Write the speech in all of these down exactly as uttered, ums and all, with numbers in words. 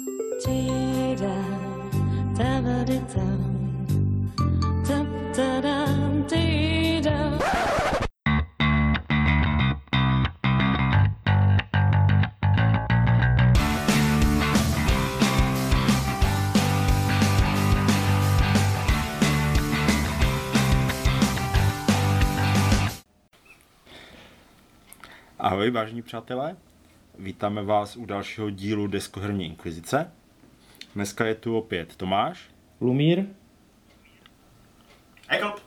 Ahoj, vážení přátelé, vítáme vás u dalšího dílu Deskoherní inkvizice. Dneska je tu opět Tomáš, Lumír Ekop.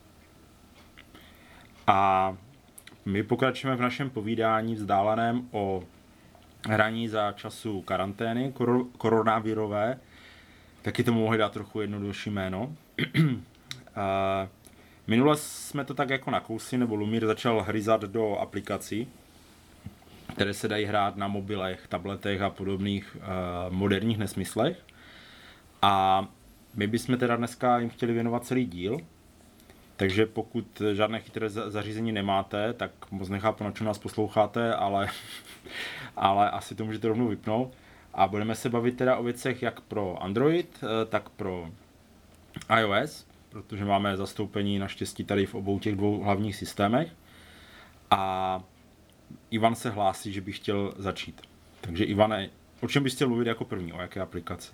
A my pokračujeme v našem povídání vzdáleném o hraní za času karantény kor- koronavirové. Taky tomu mohli dát trochu jednodušší jméno. A minule jsme to tak jako nakousli, nebo Lumír začal hryzat do aplikací, které se dají hrát na mobilech, tabletech a podobných uh, moderních nesmyslech. A my bychom teda dneska jim chtěli věnovat celý díl. Takže pokud žádné chytré zařízení nemáte, tak moc nechápu, na čem nás posloucháte, ale, ale asi to můžete rovnou vypnout. A budeme se bavit teda o věcech jak pro Android, tak pro iOS, protože máme zastoupení naštěstí tady v obou těch dvou hlavních systémech. A Ivan se hlásí, že by chtěl začít. Takže Ivane, o čem bys chtěl mluvit jako první, o jaké aplikaci?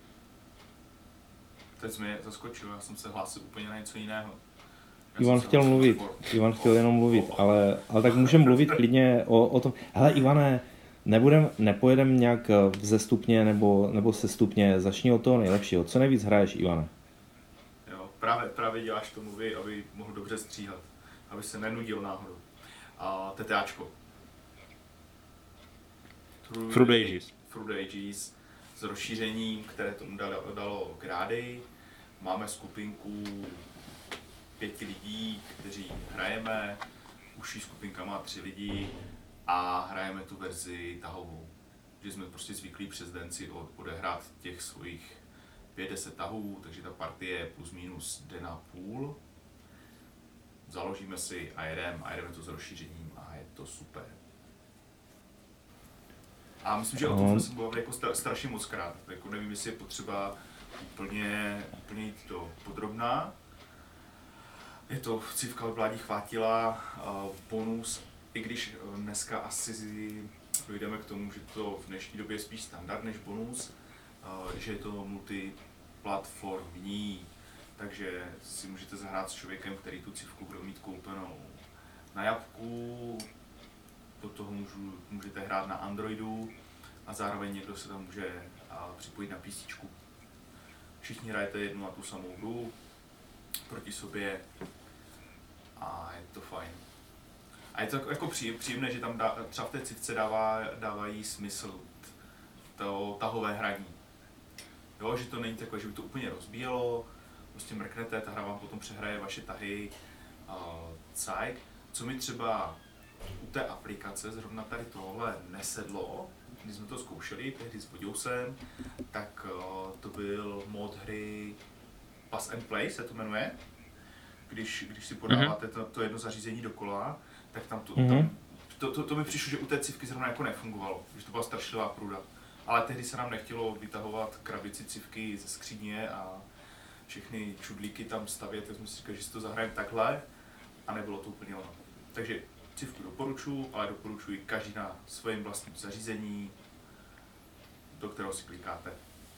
Teď jsi mě zaskočil, já jsem se hlásil úplně na něco jiného. Já Ivan chtěl mluvit, Ivan chtěl jenom mluvit, ale, ale tak můžeme mluvit klidně o, o tom. Hele Ivane, nebudem, nepojedem nějak vzestupně nebo, nebo sestupně, začni od toho nejlepšího. Co nejvíc hraješ, Ivane? Jo, právě, právě děláš to mluvy, aby mohl dobře stříhat, aby se nenudil náhodou. A TTAčko. Through the Ages. Through the Ages s rozšířením, které tomu dalo, dalo grády. Máme skupinku pěti lidí, kteří hrajeme. Užší skupinka má tři lidi a hrajeme tu verzi tahovou. Že jsme prostě zvyklí přes den si odehrát těch svých pět deset tahů, takže ta partie je plus minus den a půl. Založíme si a jedeme a jedeme to s rozšířením a je to super. A myslím, že o tom jsme se bavili jako strašně moc krát. Jako nevím, jestli je potřeba úplně, úplně jít do podrobná. Je to cívka od vládí chvátila, uh, bonus, i když dneska asi dojdeme k tomu, že to v dnešní době je spíš standard než bonus, uh, že je to multiplatformní, takže si můžete zahrát s člověkem, který tu cívku bude mít koupenou na jabku, do toho můžu, můžete hrát na Androidu a zároveň někdo se tam může uh, připojit na písíčku. Všichni hrajete jednu a tu samou hru proti sobě a je to fajn. A je to jako příjemné, že tam dá, třeba v té cívce dává, dávají smysl to tahové hraní. Jo, že to není takové, že by to úplně rozbíjelo, prostě mrknete, ta hra vám potom přehraje vaše tahy, uh, cajk. Co mi třeba u té aplikace zrovna tady tohle nesedlo, když jsme to zkoušeli, tehdy s Voděusem, tak uh, to byl mod hry Pass and Play se to jmenuje. Když, když si podáváte to, to jedno zařízení dokola, tak tam to, Mm-hmm. tam, to, to, to mi přišlo, že u té cívky zrovna jako nefungovalo, že to byla strašlivá průda. Ale tehdy se nám nechtělo vytahovat krabici cívky ze skříně a všechny čudlíky tam stavět, tak jsme si říkali, že si to zahrajeme takhle a nebylo to úplně ono. Takže cívku doporučuji, ale doporučuji každý na svém vlastním zařízení, do kterého si klikáte.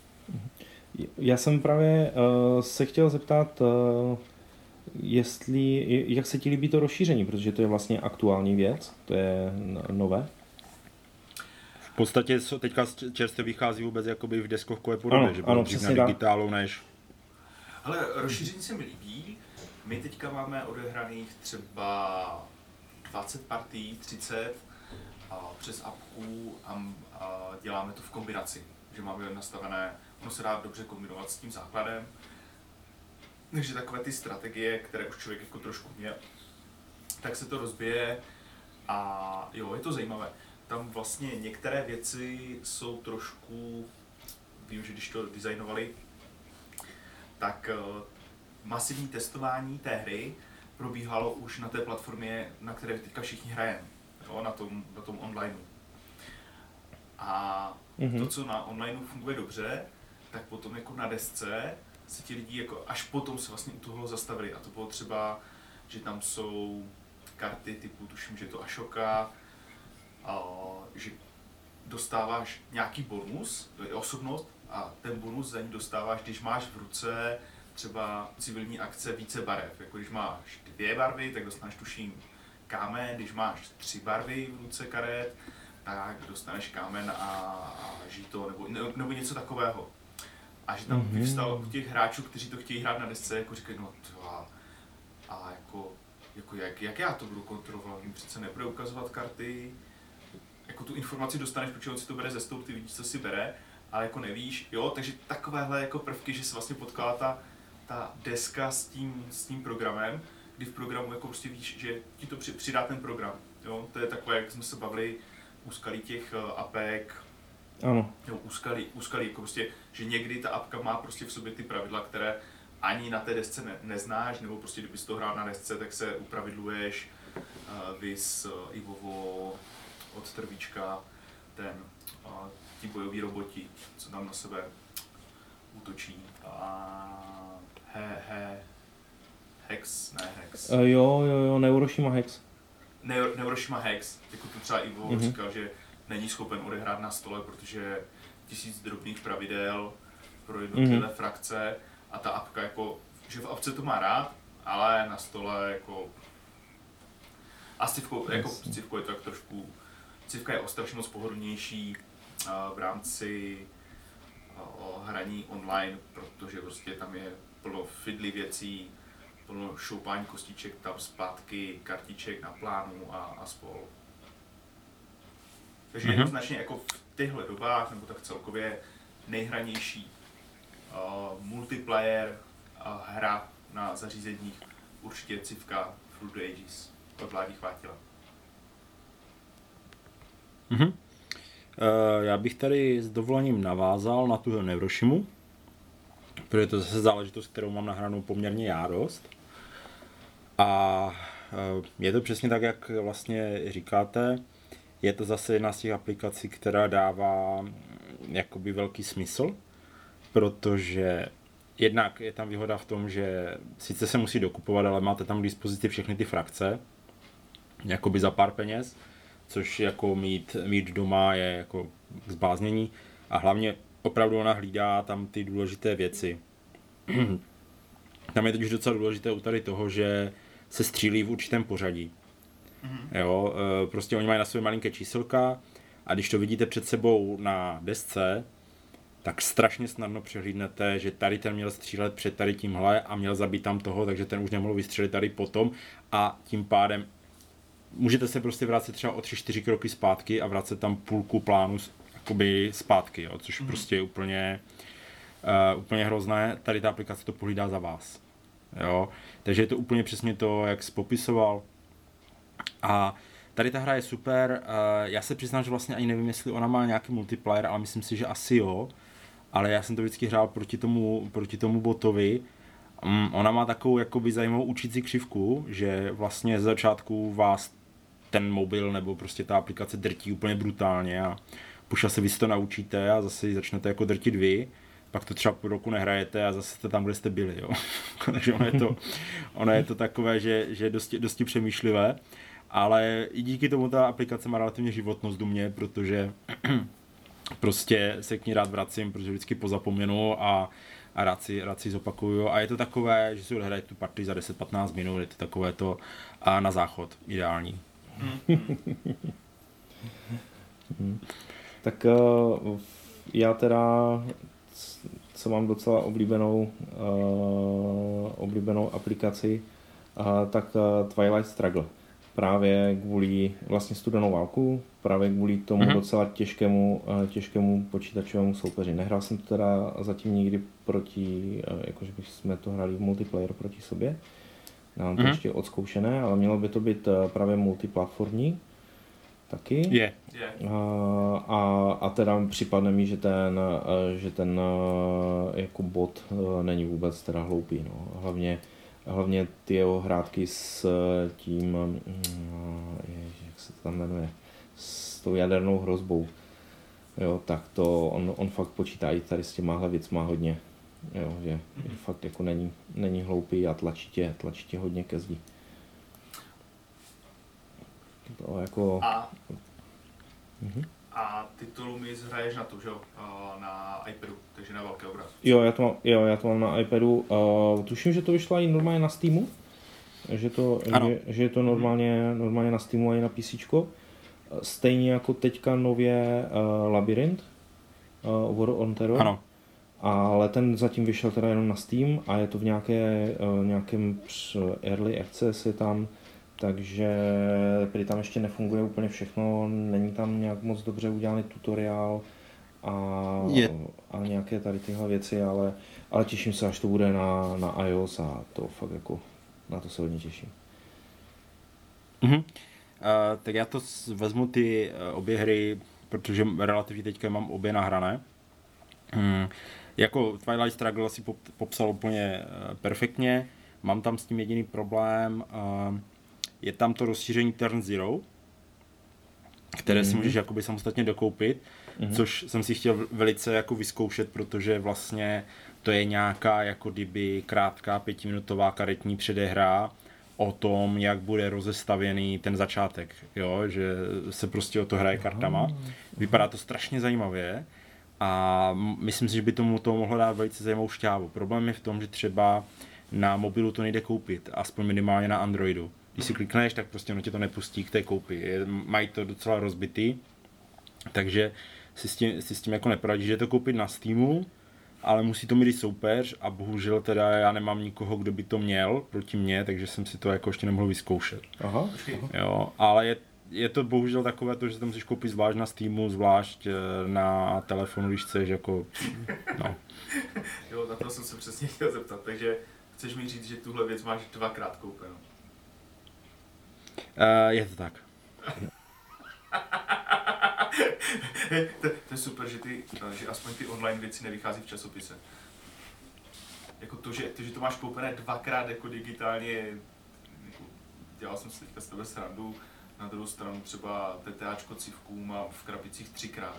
Já jsem právě uh, se chtěl zeptat, uh, jestli, jak se ti líbí to rozšíření, protože to je vlastně aktuální věc, to je nové. V podstatě teďka čerstvě vychází vůbec jakoby v deskovkové podobě, ano, že bylo dřív na digitálu než... Hele, rozšíření se mi líbí. My teďka máme odehraných třeba dvacet partí, třicet a přes apku a, a děláme to v kombinaci, že máme nastavené, ono se dá dobře kombinovat s tím základem. Takže takové ty strategie, které už člověk jako trošku měl, tak se to rozbije a jo, je to zajímavé. Tam vlastně některé věci jsou trošku, vím, že když to designovali, tak uh, masivní testování té hry probíhalo už na té platformě, na které teďka všichni hrajeme, jo, na tom, na tom online. A Mhm. to, co na online funguje dobře, tak potom jako na desce se ti lidi jako až potom se vlastně u toho zastavili. A to bylo třeba, že tam jsou karty typu, tuším, že to Ashoka, a že dostáváš nějaký bonus, to je osobnost, a ten bonus za ní dostáváš, když máš v ruce třeba civilní akce více barev. Jako když máš dvě barvy, tak dostaneš tuším kámen, když máš tři barvy v ruce karet, tak dostaneš kámen a, a žito, nebo, nebo, nebo něco takového. A že tam Mhm. vyvstalo u těch hráčů, kteří to chtějí hrát na desce, jako říkají, no to a, a jako, jako jak, jak já to budu kontrolovat, jim přece nebude ukazovat karty, jako tu informaci dostaneš, protože on si to bere ze stolu, ty vidíš, co si bere, ale jako nevíš, jo, takže takovéhle jako prvky, že se vlastně potkala ta, ta deska s tím, s tím programem, kdy v programu jako prostě víš, že ti to při, přidá ten program, jo, to je takové, jak jsme se bavili, úskalí těch uh, apek, Ano. nebo úskalí, úskalí, jako prostě, že někdy ta apka má prostě v sobě ty pravidla, které ani na té desce ne, neznáš, nebo prostě kdybys to hrál na desce, tak se upravidluješ, uh, vys uh, Ivovo od Trvíčka, ten, uh, ti bojoví roboti, co tam na sebe útočí. A he, he, Hex, ne Hex. Uh, jo, jo, jo, Neuroshima Hex. Neur, Neuroshima Hex, jako tu třeba Ivo Mhm. říkal, že není schopen odehrát na stole, protože tisíc drobných pravidel pro jednotlivé Mhm. frakce a ta apka jako, že v apce to má rád, ale na stole jako a s civkou, jako s civkou je to tak trošku, civka je o strašně moc pohodlnější uh, v rámci uh, hraní online, protože prostě tam je plno fiddly věcí, plno šoupání kostiček, tam zpátky, kartiček na plánu a, a spol. Takže Mhm. jednoznačně jako v těchto dobách, nebo tak celkově nejhranější uh, multiplayer uh, hra na zařízeních určitě civka Through the Ages od Vlády Chvátila. Mhm. Uh, já bych tady s dovolením navázal na tu Neuroshimu, protože to je zase záležitost, kterou mám nahranou poměrně já dost. A uh, je to přesně tak, jak vlastně říkáte. Je to zase jedna z těch aplikací, která dává mm, jakoby velký smysl, protože jednak je tam výhoda v tom, že sice se musí dokupovat, ale máte tam k dispozici všechny ty frakce, jakoby za pár peněz, což jako mít, mít doma je jako k zbláznění a hlavně opravdu ona hlídá tam ty důležité věci. Tam je totiž docela důležité u tady toho, že se střílí v určitém pořadí. Jo, prostě oni mají na své malinké číselka a když to vidíte před sebou na desce, tak strašně snadno přehlídnete, že tady ten měl střílet před tady tímhle a měl zabít tam toho, takže ten už nemohl vystřelit tady potom a tím pádem můžete se prostě vracet třeba o tři čtyři kroky zpátky a vracet tam půlku plánu jakoby zpátky, jo, což mm. prostě je úplně, uh, úplně hrozné. Tady ta aplikace to pohlídá za vás. Jo. Takže je to úplně přesně to, jak jsi popisoval. A tady ta hra je super. Uh, já se přiznám, že vlastně ani nevím, jestli ona má nějaký multiplayer, ale myslím si, že asi jo. Ale já jsem to vždycky hrál proti tomu, proti tomu botovi. Um, ona má takovou jakoby zajímavou učící křivku, že vlastně z začátku vás ten mobil nebo prostě ta aplikace drtí úplně brutálně a puša se vy si to naučíte a zase začnete jako drtit vy, pak to třeba půl roku nehrajete a zase jste tam, kde jste byli, jo. Takže ono je to, ono je to takové, že, že je dosti, dosti přemýšlivé, ale i díky tomu ta aplikace má relativně životnost u mě, protože prostě se k ní rád vracím, protože vždycky pozapomenu a a rád si, rád si zopakuju. A je to takové, že si odehraje tu partii za deset patnáct minut, je to takové to a na záchod ideální. Tak uh, já teda, co mám docela oblíbenou, uh, oblíbenou aplikaci, uh, tak uh, Twilight Struggle. Právě kvůli vlastně studenou válku, právě kvůli tomu mm-hmm. docela těžkému, těžkému počítačovému soupeři. Nehrál jsem to teda zatím nikdy proti, jakože bychom to hráli v multiplayer proti sobě. Mám to mm-hmm. ještě odzkoušené, ale mělo by to být právě multiplatformní taky. Je. Yeah. A, a teda připadne mi, že ten, že ten jako bot není vůbec teda hloupý. No. Hlavně Hlavně ty jeho hrátky s tím, ježi, jak se to tam jmenuje, s tou jadernou hrozbou. jo, tak to on, on fakt počítá i tady s těmahle věcma hodně, jo, že mm-hmm. fakt jako není, není hloupý a tlačí tě, tlačí tě hodně ke zdi. To jako... A, mhm. a titul mi hraješ na to, že jo, na iPadu, takže na velké obrazovce. Jo, já to mám, jo, já to mám na iPadu. Uh, tuším, že to vyšlo i normálně na Steamu. Že, to, že, že je to normálně, normálně na Steamu a i na PCčko. Stejně jako teďka nově uh, Labyrinth, uh, War on Terror. Ano. Ale ten zatím vyšel teda jenom na Steam a je to v nějaké, uh, nějakém early access je tam, takže prý tam ještě nefunguje úplně všechno, není tam nějak moc dobře udělaný tutoriál a, a nějaké tady tyhle věci, ale, ale těším se, až to bude na, na iOS a to fakt jako, na to se hodně těším. Mhm. Uh, tak já to vezmu ty uh, obě hry, protože relativně teďka mám obě nahrané. Hmm. Jako Twilight Struggle si pop, popsal úplně uh, perfektně, mám tam s tím jediný problém, uh, je tam to rozšíření Turn Zero, které mm-hmm. si můžeš jakoby samostatně dokoupit, mm-hmm. což jsem si chtěl velice jako vyzkoušet, protože vlastně to je nějaká jako kdyby krátká pětiminutová karetní předehra o tom, jak bude rozestavěný ten začátek, jo, že se prostě o to hraje kartama. Vypadá to strašně zajímavě a myslím si, že by tomu to mohlo dát velice zajímavou šťávu. Problém je v tom, že třeba na mobilu to nejde koupit, aspoň minimálně na Androidu. Když si klikneš, tak prostě ono tě to nepustí k té koupi. Mají to docela rozbitý, takže si s tím, si s tím jako neporadíš, že to koupit na Steamu, ale musí to mít i soupeř a bohužel teda já nemám nikoho, kdo by to měl proti mně, takže jsem si to jako ještě nemohl vyzkoušet. Aha. Jo, ale je, je to bohužel takové to, že to musíš koupit zvlášť na Steamu, zvlášť na telefonu, když chceš jako, no. Jo, na to jsem se přesně chtěl zeptat, takže chceš mi říct, že tuhle věc máš dvakrát koupenou? Uh, je to tak. to, to je super, že, ty, že aspoň ty online věci nevychází v časopise. Jako to, že to, že to máš koupené dvakrát jako digitálně, jako, dělal jsem si teďka z tebe srandu, na druhou stranu třeba TTAčko cívků mám v krabicích třikrát.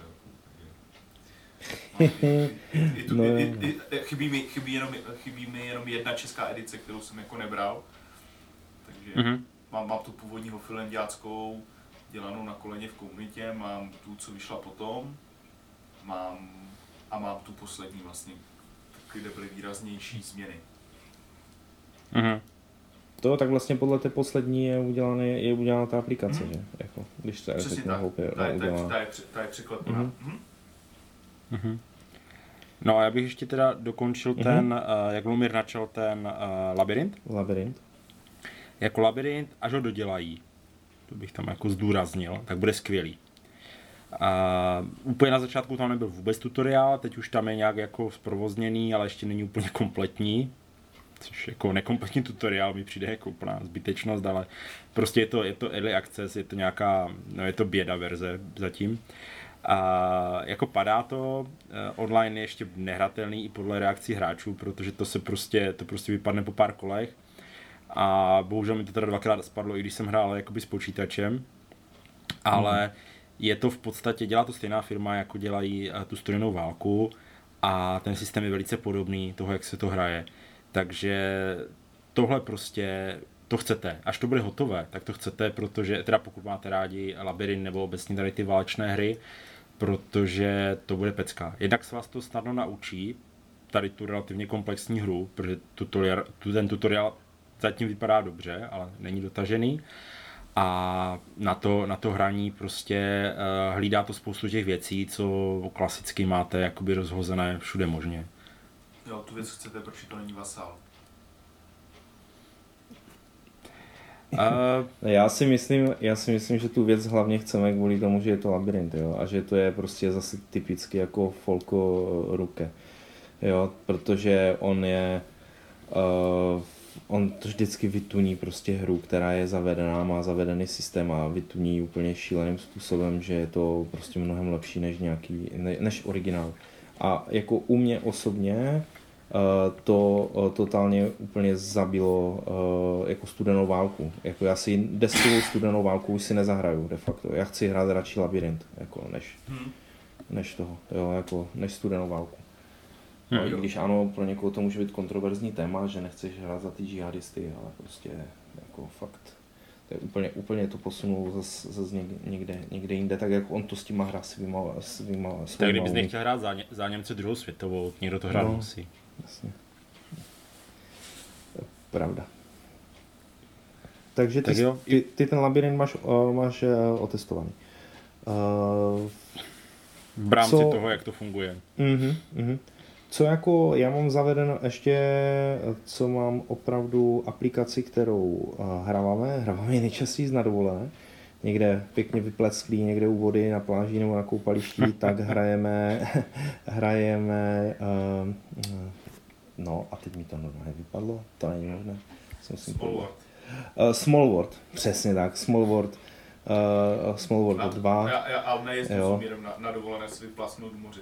Chybí mi, chybí, jenom, chybí mi jenom jedna česká edice, kterou jsem jako nebral. Takže mm-hmm. mám, mám tu původního filendiáckou, dělanou na koleně v komunitě, mám tu, co vyšla potom, mám a mám tu poslední vlastně, kde byly výraznější změny. Mm-hmm. To tak vlastně podle té poslední je udělaná, je udělaná ta aplikace, mm-hmm. že? Jako, když to je tak, hloupě ta, je, ta, ta, je, ta je překlepená. Mm-hmm. Mm-hmm. No a já bych ještě teda dokončil mm-hmm. ten, uh, jak Lumír načal ten uh, Labyrint. Labyrint. Jako Labyrint, až ho dodělají, to bych tam jako zdůraznil, tak bude skvělý. Uh, úplně na začátku tam nebyl vůbec tutoriál, teď už tam je nějak jako zprovozněný, ale ještě není úplně kompletní. Což jako nekompletní tutoriál mi přijde jako úplná zbytečnost, ale prostě je to, je to early access, je to nějaká, no je to běda verze zatím. A jako padá to, online je ještě nehratelný i podle reakcí hráčů, protože to se prostě, to prostě vypadne po pár kolech. A bohužel mi to teda dvakrát spadlo, i když jsem hrál jakoby s počítačem. Ale mm. je to v podstatě, dělá to stejná firma, jako dělají tu studenou válku a ten systém je velice podobný toho, jak se to hraje. Takže tohle prostě, to chcete. Až to bude hotové, tak to chcete, protože, teda pokud máte rádi Labyrint nebo obecně tady ty válečné hry, protože to bude pecka. Jednak se vás to snadno naučí, tady tu relativně komplexní hru, protože tutoriál, ten tutoriál zatím vypadá dobře, ale není dotažený. A na to, na to hraní prostě uh, hlídá to spoustu těch věcí, co klasicky máte jakoby rozhozené všude možně. Jo, tu věc chcete, protože to není Vasal. Uh, já, si myslím, já si myslím, že tu věc hlavně chceme kvůli tomu, že je to Labyrint, jo, a že to je prostě zase typicky jako Folko Ruke, jo, protože on je, uh, on to vždycky vytuní prostě hru, která je zavedená, má zavedený systém a vytuní úplně šíleným způsobem, že je to prostě mnohem lepší než nějaký, ne, než originál. A jako u mě osobně to totálně úplně zabilo jako studenou válku. Jako já si deskovou studenou válku už si nezahraju de facto. Já chci hrát radši Labyrint, jako než, než toho, jo, jako než studenou válku. Hmm. No, i když ano, pro někoho to může být kontroverzní téma, že nechceš hrát za ty džihadisty, ale prostě jako fakt, to je úplně, úplně to posunul zase zas někde, někde jinde, tak jak on to s těma hra svýma, svýma tak kdybys nechtěl hrát za, ně, za Němce druhou světovou, někdo to hrát no, musí. Jasně. Pravda. Takže ty, tak ty, ty ten labirint máš, uh, máš uh, otestovaný. Uh, v rámci co, toho, jak to funguje. Uh-huh, uh-huh. Co jako, já mám zavedeno ještě, co mám opravdu aplikaci, kterou uh, hráváme, hráváme nejčastěji na dovolené, někde pěkně vyplecklý, někde u vody, na pláži nebo na koupališti, tak hrajeme, hrajeme, uh, no a teď mi to normálně vypadlo, to není možné. Small World. Uh, Small World, přesně tak, Small World, uh, Small World na, dva. Já, já ale nejezdím s směrem na, na dovolené si vyplasnout v moři.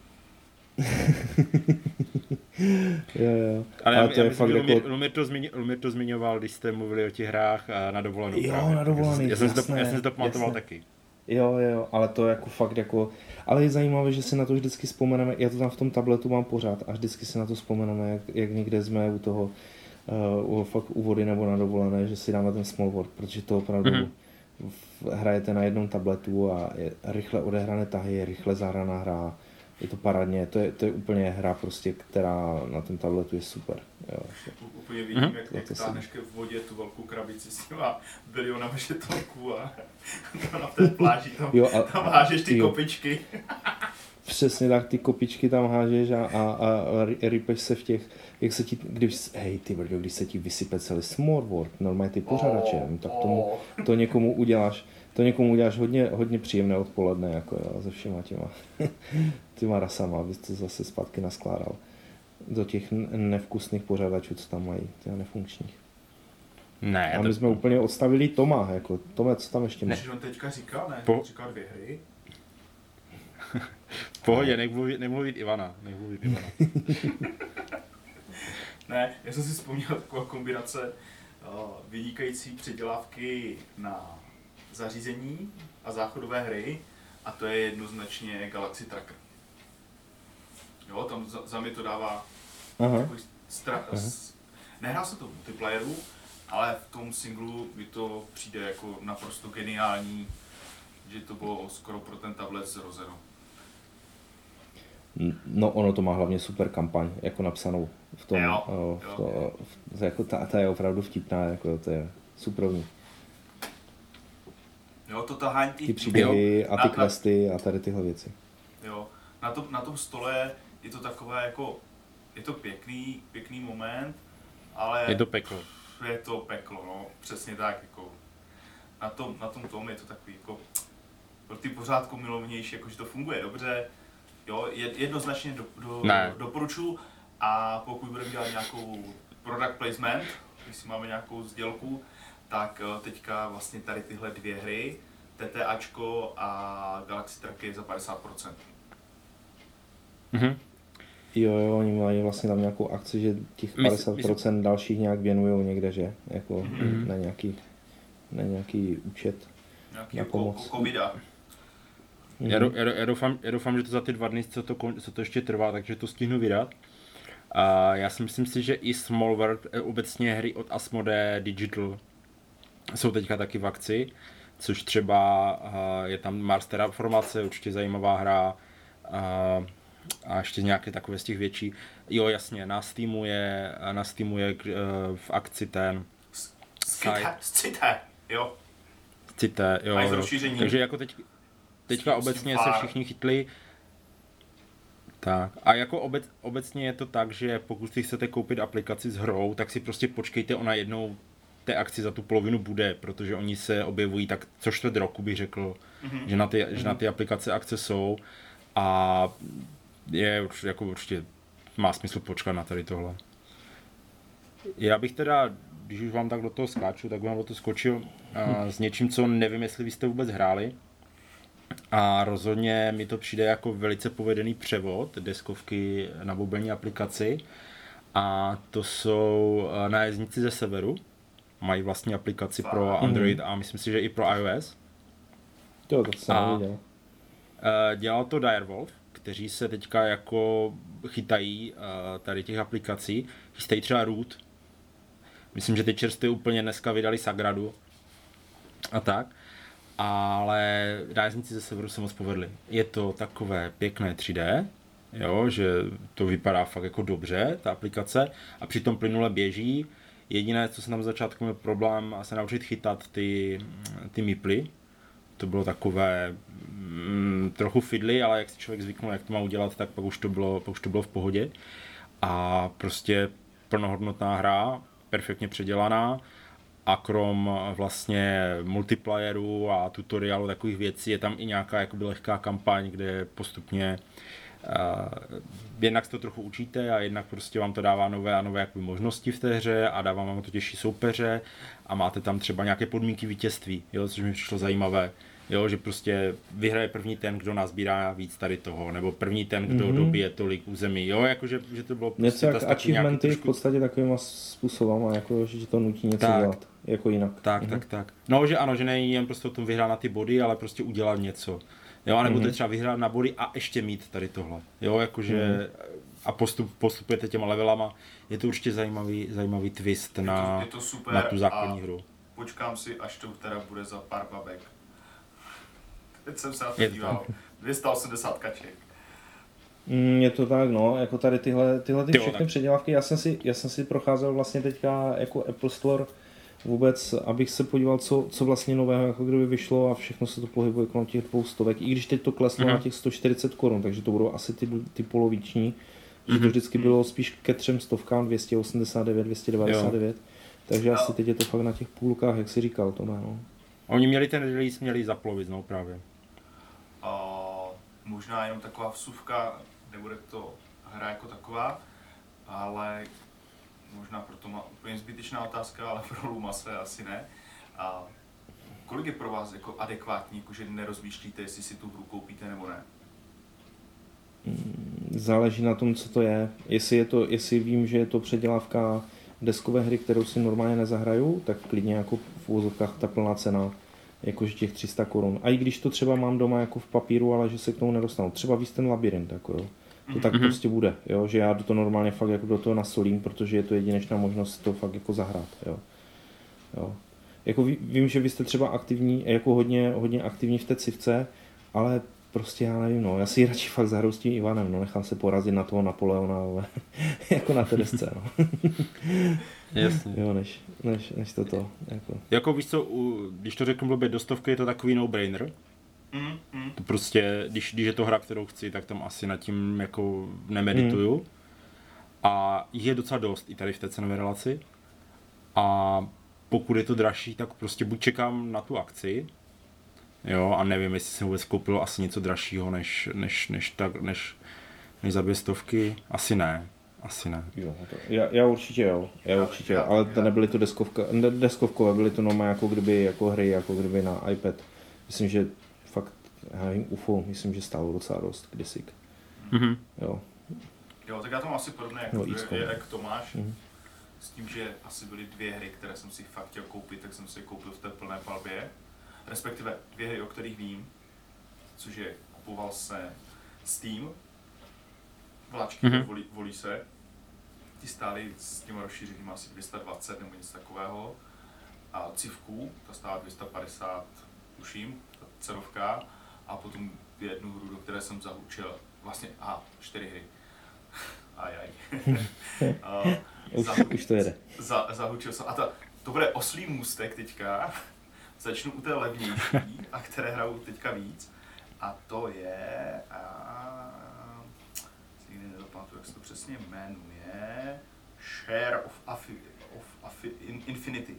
jo, jo. Ale, ale já, to já je fakt jako... Lumír to, zmiň, Lumír to zmiňoval, když jste mluvili o těch hrách na dovolenou. Jo, právě. na dovolený, já, jsem jasné, to, já jsem si to pamatoval jasné. taky. Jo, jo, ale to jako fakt jako... Ale je zajímavé, že si na to vždycky vzpomeneme, já to tam v tom tabletu mám pořád a vždycky si na to vzpomeneme, jak, jak někde jsme u toho, uh, fakt u vody nebo na dovolené, že si dáme ten Small World, protože to opravdu mm-hmm. hrajete na jednom tabletu a je rychle odehrané tahy, je rychle zahraná hra. Je to parádně, to je, to je úplně hra prostě, která na tom tabletu je super. Jo. Úplně vidím, mm-hmm. jak, jak táhneš v vodě tu velkou krabici s těma bilionama žetonků a na té pláži tam, jo, a, tam hážeš ty jo. kopičky. Přesně tak, ty kopičky tam hážeš a, a, a rypeš se v těch, jak se ti, když, hej ty brďo, když se ti vysype celý Small World, normálně ty pořadače, oh, tak tomu, to někomu uděláš. To někomu uděláš hodně, hodně příjemné odpoledne, jako jo, se všema těma, těma rasama, abys to zase zpátky naskládal do těch nevkusných pořadačů, co tam mají, těch nefunkčních. Ne. A my to... jsme úplně odstavili Toma, jako Tome, co tam ještě máš? Než on teďka říkal, ne? Po... Říkal dvě hry. V pohodě, nech mluvit, nech mluvit Ivana, nech mluvit Ivana. Ne, já jsem si vzpomněl taková kombinace uh, vynikající předělávky na zařízení a záchodové hry a to je jednoznačně Galaxy Tracker. Jo, tam za, za mě to dává takový stra... S... Nehrál se to v multiplayeru, ale v tom singlu mi to přijde jako naprosto geniální, že to bylo skoro pro ten tablet zrozeno. No ono to má hlavně super kampaň, jako napsanou v tom, jo, o, v jo. to, v, jako ta, ta je opravdu vtipná, jako to je superovní. Jo, to tahání ty příběhy jo. a ty na, questy a tady tyhle věci. Jo, na, to, na tom stole je to takové jako, je to pěkný, pěkný moment, ale... Je to peklo. Je to peklo, no, přesně tak, jako... Na tom, na tom tom je to takový, jako... Pro ty pořádku milovnější, jako, že to funguje dobře, jo, jednoznačně do, do, doporučuji a pokud budeme dělat nějakou product placement, když máme nějakou sdělku, tak teďka vlastně tady tyhle dvě hry, TTAčko a Galaxy Tracker za padesát procent. Mm-hmm. Jo, jo, oni mají vlastně tam nějakou akci, že těch padesát procent dalších nějak věnujou někde, že? Jako mm-hmm. na nějaký, na nějaký účet. Nějaký na pomoc. Covida. Mm-hmm. Já, do, já, já, doufám, já doufám, že to za ty dva dny, co to, co to ještě trvá, takže to stihnu vydat. A já si myslím si, že i Small World, obecně hry od Asmodee Digital jsou teďka taky v akci, což třeba uh, je tam Mars Terraformace, určitě zajímavá hra uh, a ještě nějaké takové z těch větší. Jo, jasně, na Steamu je, na Steamu je uh, v akci ten Cité, jo. Cité, jo. jo. Takže jako teď, teďka obecně se všichni chytli. Tak. A jako obec, obecně je to tak, že pokud si chcete koupit aplikaci s hrou, tak si prostě počkejte, ona jednou té akci za tu polovinu bude, protože oni se objevují tak co čtvrt roku, bych řekl, mm-hmm. že, na ty, mm-hmm. že na ty aplikace akce jsou a je jako určitě má smysl počkat na tady tohle. Já bych teda, když už vám tak do toho skáču, tak vám do toho skočil uh, s něčím, co nevím, jestli vy jste vůbec hráli. A rozhodně mi to přijde jako velice povedený převod deskovky na mobilní aplikaci. A to jsou Nájezdníci ze severu. Mají vlastní aplikaci pro Android a myslím si, že i pro iOS. To, to jsem neviděl. dělal to Direwolf, kteří se teďka jako chytají uh, tady těch aplikací, chystají třeba Root. Myslím, že ty čerstvě úplně dneska vydali Sagradu a tak, ale Rájezníci ze severu se moc povedli. Je to takové pěkné tři dé, jo, že to vypadá fakt jako dobře, ta aplikace, a přitom plynule běží. Jediné, co jsem tam začátku měl problém, se naučit chytat ty, ty miply. To bylo takové mm, trochu fiddly, ale jak si člověk zvyknul, jak to má udělat, tak pak už to bylo, pak už to bylo v pohodě. A prostě plnohodnotná hra, perfektně předělaná, a krom vlastně multiplayeru a tutoriálu takových věcí je tam i nějaká jakoby lehká kampaň, kde postupně uh, jednak se to trochu učíte a jednak prostě vám to dává nové a nové jakoby možnosti v té hře a dává vám to těžší soupeře a máte tam třeba nějaké podmínky vítězství, jo, což mi přišlo zajímavé. Jo, že prostě vyhraje první ten, kdo nazbírá víc tady toho, nebo první ten, kdo mm-hmm. dobije tolik území, jo, jakože že to bylo prostě něco jak achievementy trošku... v podstatě takovýma způsobama, jako že to nutí něco tak, dělat, jako jinak. Tak, mm-hmm. tak, tak. No, že ano, že není jen prostě o tom vyhrát na ty body, ale prostě udělat něco. Jo, anebo mm-hmm. to třeba vyhrát na body a ještě mít tady tohle. Jo, jakože mm-hmm. a postup, postupujete těma levelama. Je to určitě zajímavý, zajímavý twist je to, na, je to super na tu základní hru. Počkám si, až to teda bude za pár babek. Teď jsem se na to díval. dvě stě osmdesát kaček. Mm, je to tak, no, jako tady tyhle, tyhle ty Tyjo, všechny tak. předělávky, já jsem, si, já jsem si procházel vlastně teďka jako Apple Store vůbec, abych se podíval, co, co vlastně nového jako kdyby vyšlo a všechno se to pohybuje kolem těch dvou stovek, i když teď to kleslo mm-hmm. na těch sto čtyřicet korun, takže to budou asi ty, ty poloviční, mm-hmm. že to vždycky bylo spíš ke třem stovkám, dvě stě osmdesát devět, dvě stě devadesát devět, jo. Takže no. asi teď je to fakt na těch půlkách, jak si říkal, to má, no. Oni měli ten release, měli zaplovit, no právě. Uh, možná jenom taková vsuvka, nebude to hra jako taková, ale možná proto má úplně zbytečná otázka, ale pro Lumase asi ne. A kolik je pro vás jako adekvátní, jako že nerozmýšlíte, jestli si tu hru koupíte nebo ne? Záleží na tom, co to je. Jestli, je to, jestli vím, že je to předělávka deskové hry, kterou si normálně nezahraju, tak klidně jako v úvozovkách ta plná cena, jakože těch tři sta korun. A i když to třeba mám doma jako v papíru, ale že se k tomu nedostanu. Třeba víc ten labirint, jako jo. To tak mm-hmm. prostě bude, jo, že já do toho normálně fakt jako do toho nasolím, protože je to jedinečná možnost to fakt jako zahrát, jo. Jo. Jako ví, vím, že vy jste třeba aktivní, jako hodně, hodně aktivní v té civce, ale prostě já nevím, no, já si ji radši fakt zahraju s tím Ivanem, no, nechám se porazit na toho Napoleona, ale jako na té desce, no. Jasně. Jo, než, než, než toto, jako. Jako víš co, u, když to řeknu blbě, do stovky je to takový no-brainer. Mm, mm. To prostě, když, když je to hra, kterou chci, tak tam asi nad tím jako nemedituju. Mm. A jich je docela dost i tady v té cenové relaci. A pokud je to dražší, tak prostě buď čekám na tu akci, jo, a nevím, jestli jsem vůbec koupil asi něco dražšího než, než, než, tak, než, než za dvě stovky. Asi ne. Asi ne. Jo, to, já, já určitě jo, já určitě jo, ale to nebyly to deskovka, deskovkové, byly to normálně jako kdyby jako hry, jako kdyby na iPad. Myslím, že fakt, já nevím, U F O, myslím, že stálo docela dost kdysi. Mm-hmm. Jo. Jo, tak já to mám asi podobné jako no, je, je, jak Tomáš. Mm-hmm. S tím, že asi byly dvě hry, které jsem si fakt chtěl koupit, tak jsem si je koupil v té plné palbě. Respektive dvě hry, o kterých vím, což je kupoval se Steam, vláčky mm-hmm. volí, volí se. Ty stály s těma rozšířenými asi dvě stě dvacet nebo něco takového. A civku, ta stála dvě stě padesát, tuším, ta cenovka. A potom jednu hru, do které jsem zahučil, vlastně, aha, čtyři hry. Ajaj. Už, už to jede. Za, zahučil jsem. A ta, to bude oslý můstek teďka. Začnu u té levnější, a které hrajou teďka víc. A to je... A, si nikdy nedopamatuju, jak se to přesně jmenuje. Share of, Affi, of Affi, in, Infinity.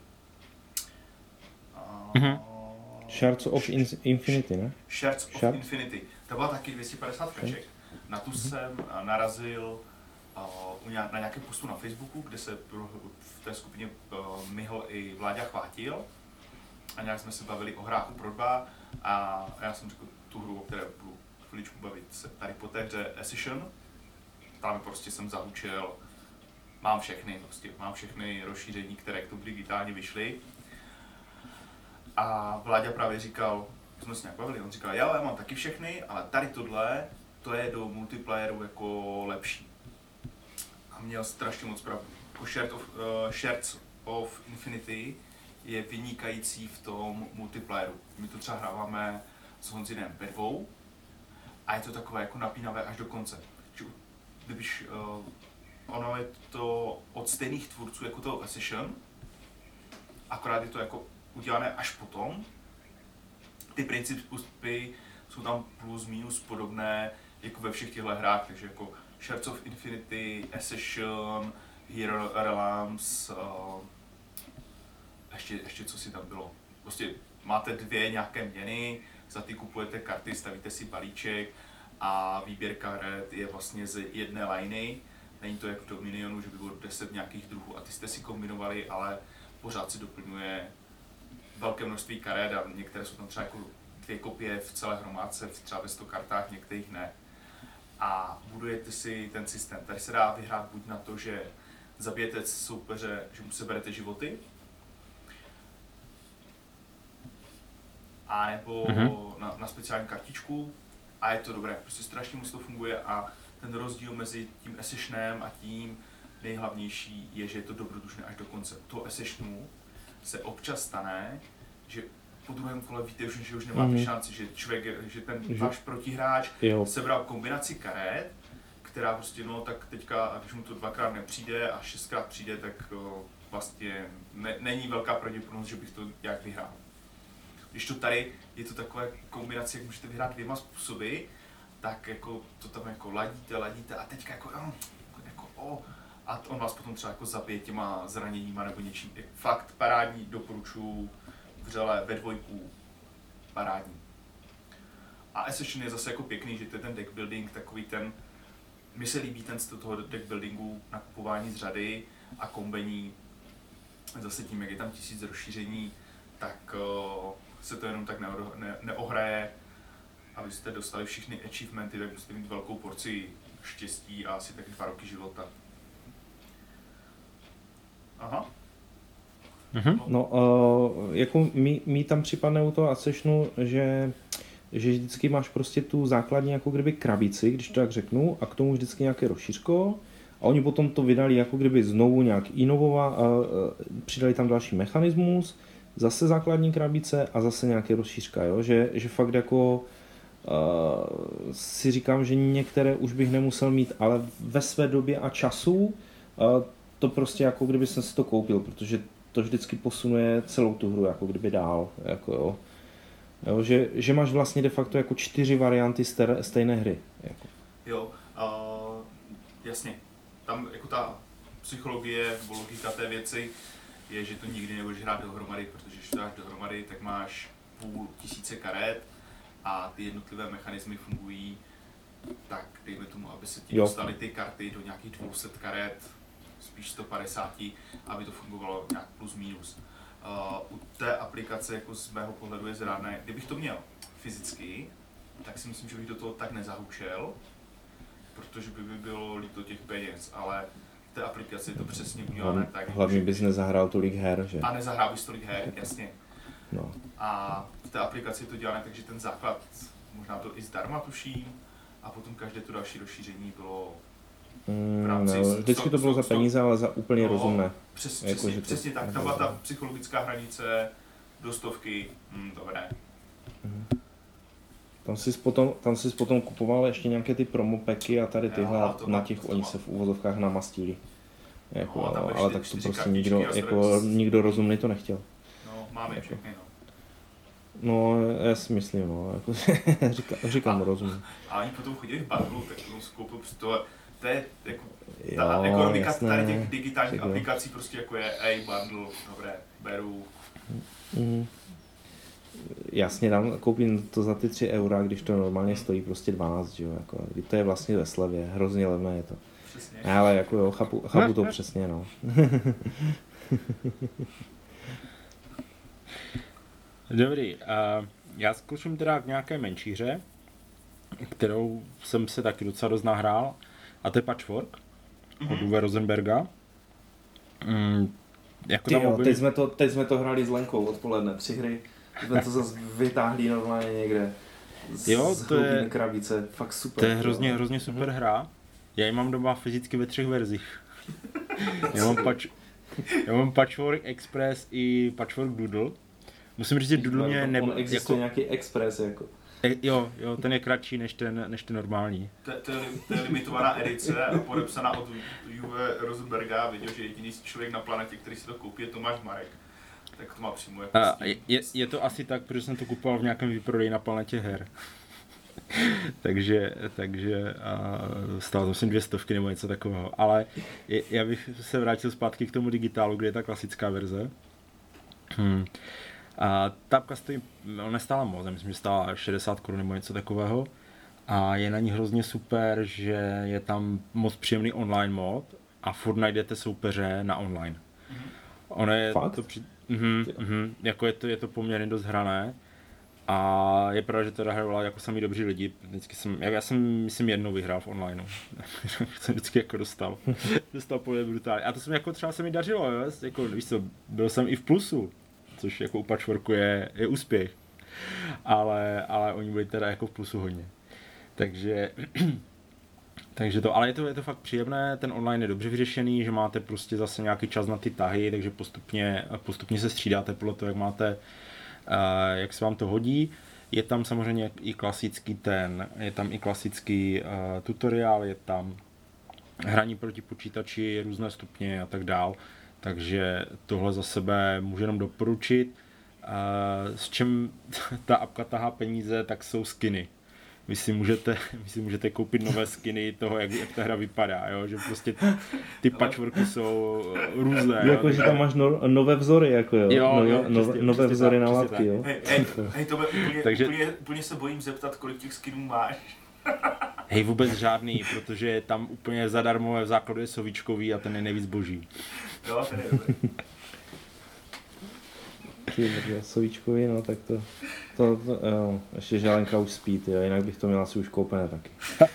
A, mm-hmm. Shards of in, Infinity, ne? Shards of Shard? Infinity. To byla taky dvě stě padesát kaček. Na tu mm-hmm. jsem narazil uh, na nějakém postu na Facebooku, kde se v té skupině uh, Mihl i Vláďa Chvátil. A nějak jsme se bavili o hrách pro dva a já jsem řekl tu hru, o které budu chviličku bavit, se tady po té hře Ascension. Tam prostě jsem zahučil, mám všechny, prostě mám všechny rozšíření, které k tomu digitálně vyšly. A Vláďa právě říkal, jsme se nějak bavili, on říkal, jo, já mám taky všechny, ale tady tohle, to je do multiplayeru jako lepší. A měl strašně moc pravdu. Jako Shards of, uh, Shards of Infinity je vynikající v tom multiplayeru. My to třeba hráváme s Honzinem ve dvou a je to takové jako napínavé až do konce. Kdybyž, uh, ono je to od stejných tvůrců jako to Ascension, akorát je to jako udělané až potom. Ty principy jsou tam plus minus podobné jako ve všech těchto hrách, takže jako Shards of Infinity, Ascension, Hero Realms, uh, ještě, ještě co si tam bylo. Prostě máte dvě nějaké měny, za ty kupujete karty, stavíte si balíček a výběr karet je vlastně z jedné liney. Není to jako v Dominionu, že by bylo deset nějakých druhů a ty jste si kombinovali, ale pořád si doplňuje velké množství karet a některé jsou tam třeba jako dvě kopie v celé hromádce, třeba ve sto kartách, některých ne. A budujete si ten systém. Tady se dá vyhrát buď na to, že zabijete soupeře, že mu seberete životy, a nebo mm-hmm. na, na speciální kartičku a je to dobré. Prostě strašně moc to funguje a ten rozdíl mezi tím Ascensionem a tím nejhlavnější je, že je to dobrodružné až do konce. U toho Ascensionu se občas stane, že po druhém kole víte, že už nemáte mm-hmm. šanci, že člověk, že ten že... váš protihráč jo. sebral kombinaci karet, která prostě no tak teďka, když mu to dvakrát nepřijde a šestkrát přijde, tak o, vlastně ne, není velká pravděpodobnost, že bych to nějak vyhrál. Když to tady je to takové kombinace, jak můžete vyhrát dvěma způsoby, tak jako to tam jako ladíte, ladíte a teďka jako, oh, jako oh, a on vás potom třeba jako zabije těma zraněníma nebo něčím. Fakt parádní, doporučuji vřele ve dvojku, parádní. A Ascension je zase jako pěkný, že to je ten deck building, takový ten, mně se líbí ten styl toho deck buildingu, nakupování z řady a kombení, zase tím, jak je tam tisíc rozšíření, tak uh, se to jenom tak ne, ne, neohraje. Abyste dostali všechny achievementy, tak musíte mít velkou porci štěstí a asi tak dva roky života. Aha. Mm-hmm. No, uh, jako mi, mi tam připadne u toho Ascensionu, že, že vždycky máš prostě tu základní jako kdyby krabici, když to tak řeknu, a k tomu vždycky nějaké rozšířko. A oni potom to vydali jako kdyby znovu nějak inovovat, uh, přidali tam další mechanismus, zase základní krabice a zase nějaké rozšířka, jo? Že, že fakt jako uh, si říkám, že některé už bych nemusel mít, ale ve své době a času uh, to prostě jako kdyby jsem si to koupil, protože to vždycky posunuje celou tu hru jako kdyby dál, jako jo. Jo, že, že máš vlastně de facto jako čtyři varianty stere, stejné hry. Jako. Jo, uh, jasně. Tam jako ta psychologie, logika té věci je, že to nikdy nebudeš hrát dohromady, protože když to dáš dohromady, tak máš půl tisíce karet a ty jednotlivé mechanismy fungují tak, dejme tomu, aby se ti dostaly ty karty do nějakých dvě stě karet, spíš sto padesát, aby to fungovalo nějak plus minus. Uh, u té aplikace jako z mého pohledu je zrádné, kdybych to měl fyzicky, tak si myslím, že bych do toho tak nezahučel, protože by mi bylo líto těch peněz, ale v té aplikaci je to přesně udělané tak. Hlavně bys nezahrál tolik her, že? A nezahrál bys tolik her, jasně. No. A v té aplikaci je to dělané, takže ten základ možná to i zdarma tuším, a potom každé to další rozšíření bylo v rámci... Mm, no, vždycky to bylo za peníze, ale za úplně no, rozumné. Přes, jako, přesně, přesně tak, tam byla ta psychologická hranice do stovky, hm, dobré. Mm. Tam jsi potom, tam jsi potom kupoval ještě nějaké ty promopeky a tady tyhle, ja, na těch oni se v úvozovkách namastili. Jako, no, ale, ale tak to prostě nikdo, jako, nikdo rozumný to nechtěl. No, máme jako. Všechny, no. No, já si myslím, no, jako, říkám, říkám rozumím. A oni potom chodili v bundlu, tak to skoupil to, to je jako, ta jo, ekonomika jasné, tady těch digitálních řekl. Aplikací prostě jako je, ej, bundle, dobré, beru. Mm. Jasně, dám, koupím to za ty tři eura, když to normálně stojí prostě dvanáct, že jo, jako, to je vlastně ve slevě, hrozně levné je to. Přesně. Ale jako jo, chápu, chápu to přesně, no. Dobrý, uh, já zkusím teda k nějaké menší hře, kterou jsem se taky docela dost nahrál, a to je Patchwork mm-hmm. od Uwe Rosenberga. Mm, jako Ty jo, teď, jsme to, teď jsme to hráli s Lenkou odpoledne, tři hry. Jsme to zase vytáhli normálně někde z, jo, z to je, krabice, fakt super. To je hrozně, hrozně super hra. Já ji mám doma fyzicky ve třech verzích. Já mám, patch, já mám Patchwork Express i Patchwork Doodle. Musím říct, že Doodle mě ne, ne, on existuje jako, nějaký Express jako. Jo, jo, ten je kratší než ten, než ten normální. To, to, je, to je limitovaná edice a podepsaná od Uwe Rosenberga. Viděl, že jediný člověk na planetě, který si to koupí, je Tomáš Marek. Tak to má přímo jako a, je, je to asi tak, protože jsem to kupoval v nějakém výprodeji na planetě her. takže takže a stálo to myslím dvě stovky nebo něco takového. Ale je, já bych se vrátil zpátky k tomu digitálu, kde je ta klasická verze. Hmm. A ta apka stojí, no nestála moc, myslím, že stála šedesát korun nebo něco takového. A je na ní hrozně super, že je tam moc příjemný online mod a furt najdete soupeře na online. Mm-hmm. Ono je Fakt? to při... mm-hmm, mm-hmm, jako je to, je to poměrně dost hrané. A je pravda, že to hrála jako sami dobří lidi. Vždycky jsem, já jsem, myslím, jednou vyhrál v onlineu. jsem vždycky jako dostal. dostal poměrně brutálně. A to jsem jako třeba se mi dařilo, jo? Jako, víš co, byl jsem i v plusu, což jako u Patchworku je, je úspěch. Ale, ale oni byli teda jako v plusu hodně. Takže, takže to, ale je to, je to fakt příjemné, ten online je dobře vyřešený, že máte prostě zase nějaký čas na ty tahy, takže postupně, postupně se střídáte podle toho, jak máte, uh, jak se vám to hodí. Je tam samozřejmě i klasický ten, je tam i klasický uh, tutoriál, je tam hraní proti počítači, různé stupně a tak dál. Takže tohle za sebe můžu jenom doporučit. Uh, s čím ta apka tahá peníze, tak jsou skiny. Vy si můžete, vy si můžete koupit nové skiny toho, jak, jak ta hra vypadá, jo? Že prostě ty patchworky jsou různé. Jako, že tam máš no, nové vzory, jako jo, jo, nové, jo nové, přesně, nové přesně vzory tak, na přesně látky, tak. jo. Hej, hej, hej to úplně, Takže... úplně, úplně se bojím zeptat, kolik těch skinů máš. Hej, vůbec žádný, protože tam úplně zadarmo v základu je sovíčkový a ten je nejvíc boží. Jo, ten je dobrý. Sovíčkový, no tak to, to, to jo, ještě Žálenka už spí, jo, jinak bych to měl asi už koupené taky.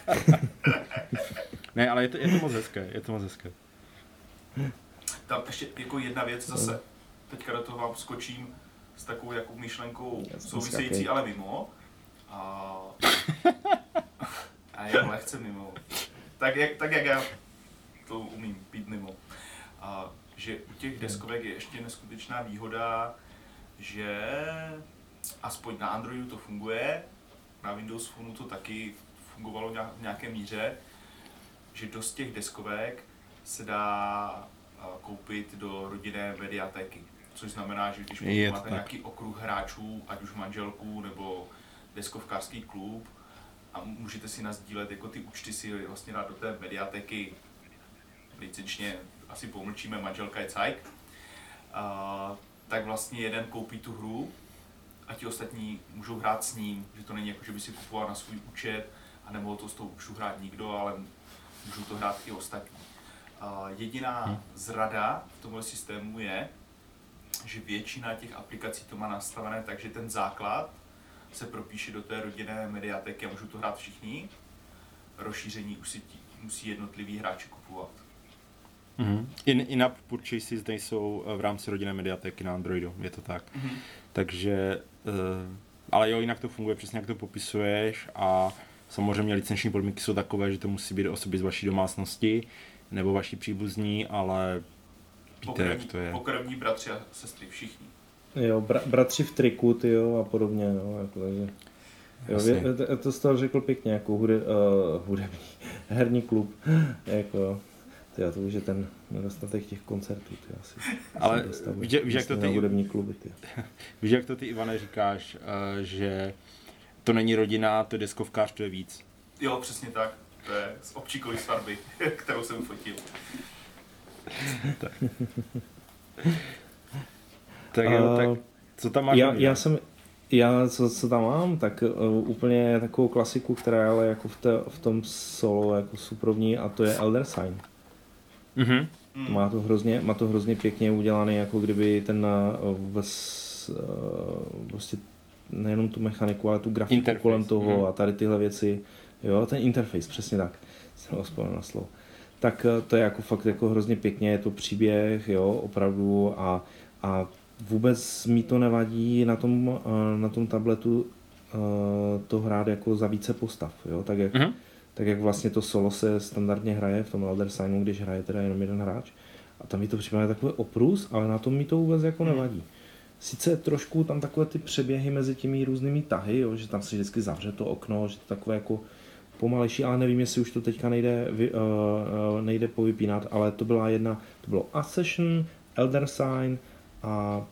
Ne, ale je to, je to moc hezké, je to moc hezké. Tam ještě jako jedna věc zase, teďka do toho vám skočím s takovou jako myšlenkou související, ale mimo. A, a jenom lehce mimo. Tak jak, tak jak já to umím být mimo. A, že u těch deskovek je ještě neskutečná výhoda, že aspoň na Androidu to funguje, na Windows Phoneu to taky fungovalo v nějaké míře, že dost těch deskovek se dá koupit do rodinné mediatéky. Což znamená, že když máte tak. nějaký okruh hráčů, ať už manželku nebo deskovkářský klub, a můžete si nasdílet jako ty účty si vlastně dát do té mediatéky licenčně, asi pomlčíme, manželka je cajk, uh, tak vlastně jeden koupí tu hru a ti ostatní můžou hrát s ním, že to není jako, že by si kupoval na svůj účet a nemohl to s tou účtu hrát nikdo, ale můžou to hrát i ostatní. Uh, jediná hmm. zrada v tomhle systému je, že většina těch aplikací to má nastavené tak, že ten základ se propíše do té rodinné mediatéky a můžou to hrát všichni. Rozšíření už si tí, musí jednotliví hráči kupovat. Mm-hmm. In, in-app purchases nejsou v rámci rodinné mediatéky na Androidu, je to tak. Mm-hmm. Takže, uh, ale jo, jinak to funguje přesně, jak to popisuješ a samozřejmě licenční podmínky jsou takové, že to musí být osoby z vaší domácnosti nebo vaši příbuzní, ale víte, jak to je. Pokrevní bratři a sestry, všichni. Jo, bra- bratři v triku, tyjo, a podobně, no, jako takže. Jo, vě, to jsi to řekl pěkně, jako hude, uh, hudební, herní klub, jako, tyjo, to už je ten nedostatek těch koncertů, tyjo, asi. Ale víš, víš, jak to ty, hudební kluby, tyjo. Víš, jak to ty, Ivane, říkáš, uh, že to není rodina, to je deskovkář, to je víc. Jo, přesně tak, to je z občíkový svatby, kterou jsem fotil. tak. Tak jo, tak co tam máš? Já, já jsem, já co, co tam mám, tak uh, úplně takovou klasiku, která je ale jako v, te, v tom solo jako suprovní, a to je Elder Sign. Mm-hmm. Má to hrozně, má to hrozně pěkně udělaný, jako kdyby ten uh, vs, uh, prostě nejenom tu mechaniku, ale tu grafiku interface kolem toho mm-hmm. a tady tyhle věci, jo, ten interface, přesně tak, jsem ho vzpomněl na slovo. Tak uh, to je jako fakt jako hrozně pěkně, je to příběh, jo, opravdu, a, a vůbec mi to nevadí na tom, na tom tabletu to hrát jako za více postav, jo? Tak, jak, mm-hmm. tak jak vlastně to solo se standardně hraje v tom Elder Signu, když hraje teda jenom jeden hráč. A tam mi to připadá takový oprus, ale na tom mi to vůbec jako nevadí. Sice trošku tam takové ty přeběhy mezi těmi různými tahy, jo? Že tam se vždycky zavře to okno, že to takové jako pomalejší, ale nevím, jestli už to teďka nejde, vy, uh, uh, nejde povypínat, ale to byla jedna, to bylo Ascension, Elder Sign a,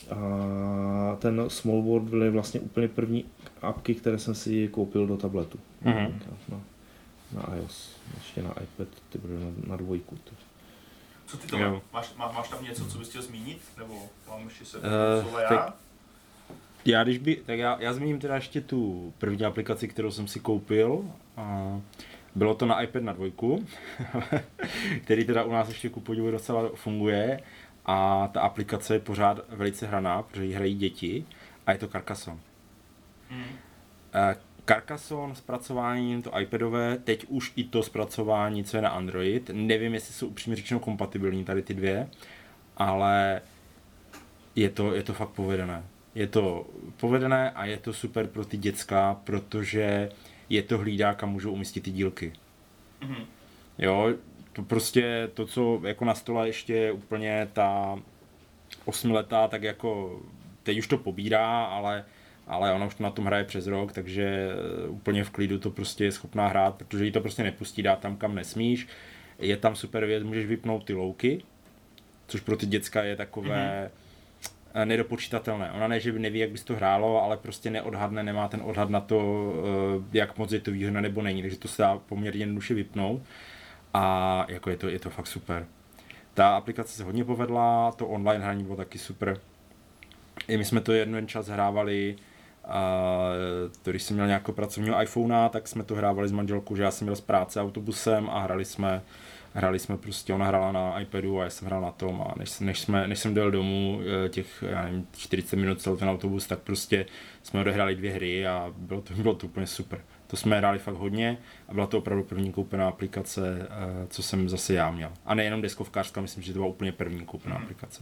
a ten Small World byly vlastně úplně první apky, které jsem si koupil do tabletu. Mm-hmm. Na, na iOS, ještě na iPad, ty byly na, na dvojku. Ty. Co ty to máš? Máš, má, máš tam něco, co bys chtěl zmínit? Nebo mám ještě se uh, já? Já, když by, tak já, já zmíním teda ještě tu první aplikaci, kterou jsem si koupil. A bylo to na iPad na dvojku, který teda u nás ještě ku podivu docela funguje. A ta aplikace je pořád velice hraná, protože ji hrají děti. A je to Carcassonne. Hmm. Carcassonne zpracování, to iPadové, teď už i to zpracování, co je na Android. Nevím, jestli jsou upřímně řečeno kompatibilní tady ty dvě, ale je to, je to fakt povedené. Je to povedené a je to super pro ty děcka, protože je to hlídák a můžou umístit ty dílky. Mm-hmm. Jo, to prostě to, co jako na stole ještě je úplně ta osmiletá, tak jako teď už to pobírá, ale, ale ona už to na tom hraje přes rok, takže úplně v klidu to prostě je schopná hrát, protože jí to prostě nepustí, dá tam kam nesmíš. Je tam super věc, můžeš vypnout ty louky, což pro ty děcka je takové mm-hmm. nedopočítatelné. Ona ne, že by neví, jak bys to hrálo, ale prostě neodhadne, nemá ten odhad na to, jak moc je to výhodné nebo není, takže to se dá poměrně jednoduše vypnout a jako je to, je to fakt super. Ta aplikace se hodně povedla, to online hraní bylo taky super. I my jsme to jeden čas hrávali, a to, když jsem měl nějakého pracovního iPhonea, tak jsme to hrávali s manželkou, že já jsem měl z práce autobusem a hrali jsme Hrali jsme prostě, ona hrála na iPadu a já jsem hrál na tom a než, než, jsme, než jsem dojel domů těch, já nevím, čtyřicet minut celý ten autobus, tak prostě jsme odehráli dvě hry a bylo to, bylo to úplně super. To jsme hráli fakt hodně a byla to opravdu první koupená aplikace, co jsem zase já měl. A nejenom deskovkářská, myslím, že to byla úplně první koupená hmm. aplikace.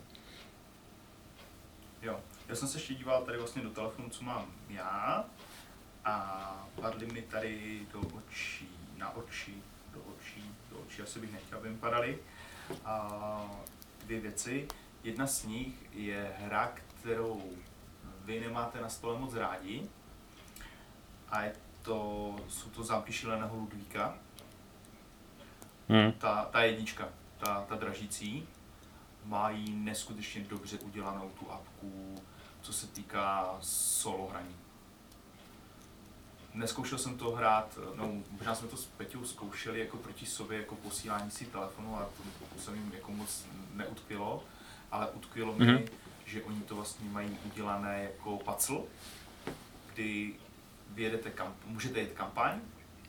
Jo, já jsem se ještě díval tady vlastně do telefonu, co mám já a padly mi tady do očí, na oči, do očí, do očí, asi bych nechtěl, aby mi padaly. A dvě věci. Jedna z nich je hra, kterou vy nemáte na stole moc rádi. A je to, jsou to Zámky šíleného Ludvíka. Hmm. Ta, ta jednička, ta, ta dražící, mají neskutečně dobře udělanou tu apku, co se týká solo hraní. Neskoušel jsem to hrát, no možná jsme to s Peťou zkoušeli jako proti sobě, jako posílání si telefonu a to, to se jim jako moc neutkvělo, ale utkvělo mi, mm-hmm. že oni to vlastně mají udělané jako puzzle, kdy vyjedete kamp- můžete jet kampaň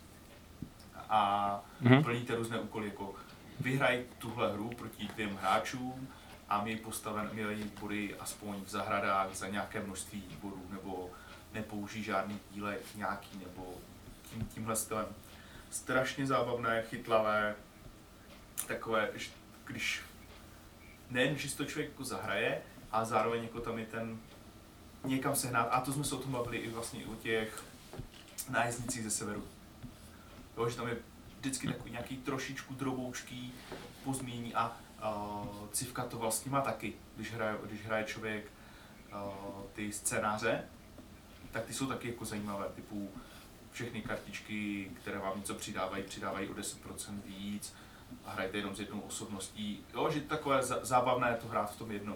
a mm-hmm. plníte různé úkoly, jako vyhraj tuhle hru proti dvěm hráčům a měj postaven, měj body aspoň v zahradách za nějaké množství bodů, nebo nepoužij žádný dílek nějaký, nebo tím, tímhle stylem. Strašně zábavné, chytlavé, takové, když nejen, že si to člověk jako zahraje, a zároveň jako tam je ten někam sehnat, a to jsme se o tom bavili i vlastně o těch nájezdnicích ze severu. Jo, že tam je vždycky takový nějaký trošičku droboučký pozmění a uh, Civka to vlastně má taky, když hraje, když hraje člověk uh, ty scénáře, tak ty jsou taky jako zajímavé, typu všechny kartičky, které vám něco přidávají, přidávají o deset procent víc a hrajete jenom s jednou osobností. Jo, že takové zábavné je to hrát v tom jednom.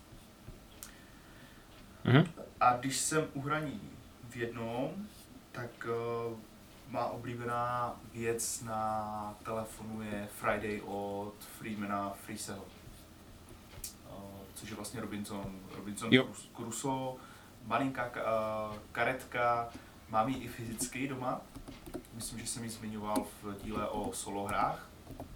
Mm-hmm. A když jsem u hraní v jednom, tak uh, má oblíbená věc na telefonu je Friday od Freemana Freeseho, uh, což je vlastně Robinson, Robinson Crusoe, malinká uh, karetka, mám ji i fyzicky doma, myslím, že jsem ji zmiňoval v díle o solo hrách.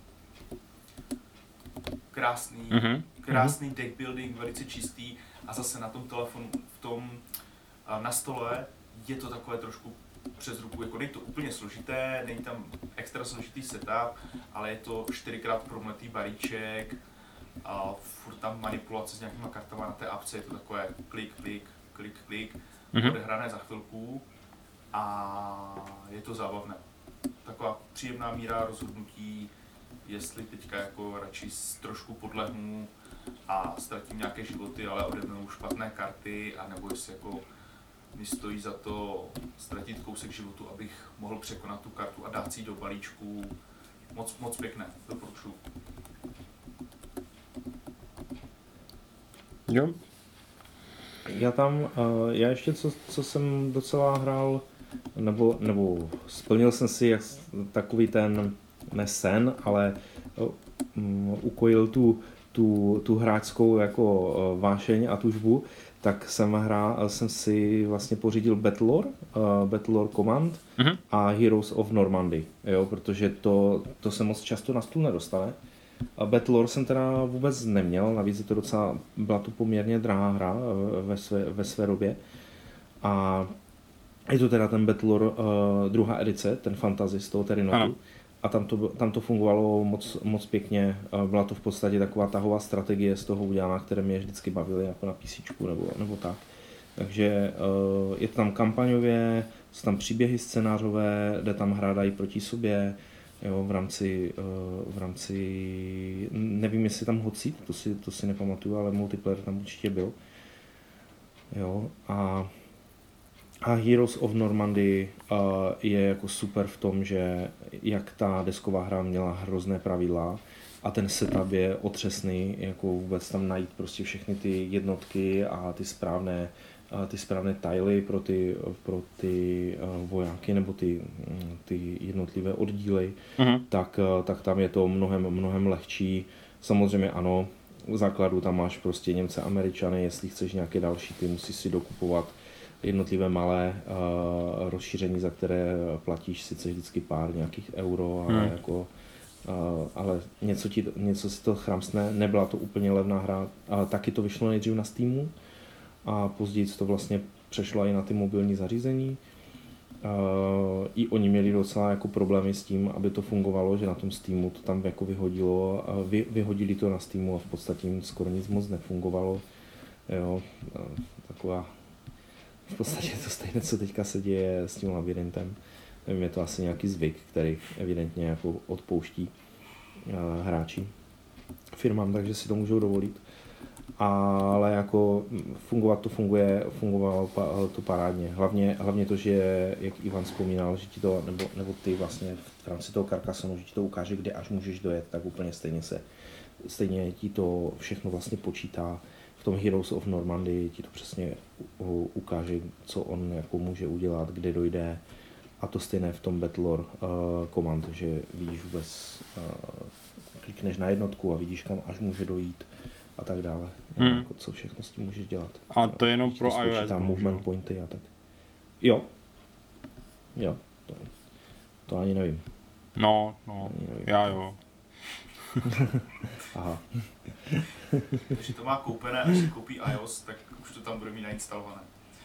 Krásný, mm-hmm. krásný deck building, velice čistý a zase na tom telefonu, v tom uh, na stole je to takové trošku přes ruku, jako není to úplně složité, není tam extra složitý setup, ale je to čtyřikrát promletý balíček, a furt tam manipulace s nějakýma kartama na té apce, je to takové klik, klik, klik, klik, Mhm. odehrané za chvilku a je to zábavné. Taková příjemná míra rozhodnutí, jestli teďka jako radši s- trošku podlehnu a ztratím nějaké životy, ale odebnou špatné karty, anebo jestli jako mi stojí za to ztratit kousek životu, abych mohl překonat tu kartu a dát si ji do balíčku. Moc, moc pěkné, doporučuji. Jo. Já tam, uh, já ještě co, co jsem docela hrál, nebo, nebo splnil jsem si jak, takový ten, ne sen, ale um, ukojil tu, tu, tu hráčskou jako uh, vášeň a tužbu, tak jsem hrál, jsem si vlastně pořídil Battlelore, uh, Battlelore Command Mhm. a Heroes of Normandy, jo, protože to, to se moc často na stůl nedostane. A Battlelore jsem teda vůbec neměl, navíc je to docela, byla to poměrně drahá hra eh, ve své, ve své době. A je to teda ten Battlelore uh, druhá edice, ten fantasy z toho Terinotu. Ano. A tam to, tam to fungovalo moc, moc pěkně. Uh, byla to v podstatě taková tahová strategie z toho udělaná, které mě vždycky bavily jako na písíčku nebo, nebo tak. Takže uh, je to tam kampaňově, jsou tam příběhy scénářové, jde tam hrát i proti sobě. Jo, v rámci, uh, v rámci, nevím, jestli tam hocit, to si, to si nepamatuju, ale multiplayer tam určitě byl. Jo, a, a Heroes of Normandy uh, je jako super v tom, že jak ta desková hra měla hrozné pravidla a ten setup je otřesný, jako vůbec tam najít prostě všechny ty jednotky a ty správné a ty správné tajly pro ty, pro ty uh, vojáky nebo ty, mm, ty jednotlivé oddíly, Mhm. tak, uh, tak tam je to mnohem, mnohem lehčí. Samozřejmě ano, v základu tam máš prostě Němce, Američany, jestli chceš nějaké další, ty musíš si dokupovat jednotlivé malé uh, rozšíření, za které platíš sice vždycky pár nějakých euro, ale, Hmm. jako, uh, ale něco, ti, něco si to chramsne, nebyla to úplně levná hra, uh, taky to vyšlo nejdřív na Steamu, a později to vlastně přešlo i na ty mobilní zařízení. Uh, I oni měli docela jako problémy s tím, aby to fungovalo, že na tom Steamu to tam jako vyhodilo, uh, vy, vyhodili to na Steamu a v podstatě jim skoro nic moc nefungovalo. Jo, uh, taková v podstatě to stejné, co teďka se děje s tím labirintem. Nevím, je to asi nějaký zvyk, který evidentně jako odpouští uh, hráči firmám, takže si to můžou dovolit. Ale jako fungovat to funguje, fungovalo to parádně. Hlavně, hlavně to, že jak Ivan vzpomínal, že ti to, nebo, nebo ty vlastně v rámci toho Carcassonne, že ti to ukáže, kde až můžeš dojet, tak úplně stejně se, stejně ti to všechno vlastně počítá. V tom Heroes of Normandy ti to přesně u, ukáže, co on jako může udělat, kde dojde. A to stejné v tom Battlelore uh, Command, že vidíš vůbec, uh, klikneš na jednotku a vidíš, kam až může dojít a tak dále. Hmm. No, jako co všechno s tím můžeš dělat. A to je jenom Když pro ti iOS. spočítá bohužel. movement pointy a tak. Jo. Jo. To, to ani nevím. No, no, Ani nevím. já jo. Aha. Když to má koupené, až si koupí iOS, tak už to tam bude mít nainstalované.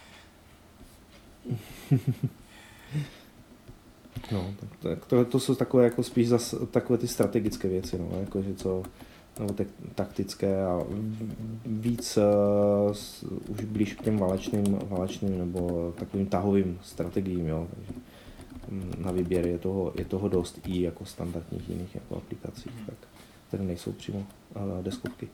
No, tak, tak to, to jsou takové jako spíš zas, takové ty strategické věci, no, jako že co, nebo tak, taktické a víc uh, s, už blíž k těm válečným, válečným nebo takovým tahovým strategiím, jo, takže mm, na výběr je toho, je toho dost i jako standardních jiných jako aplikací, tak, které nejsou přímo uh, deskovky.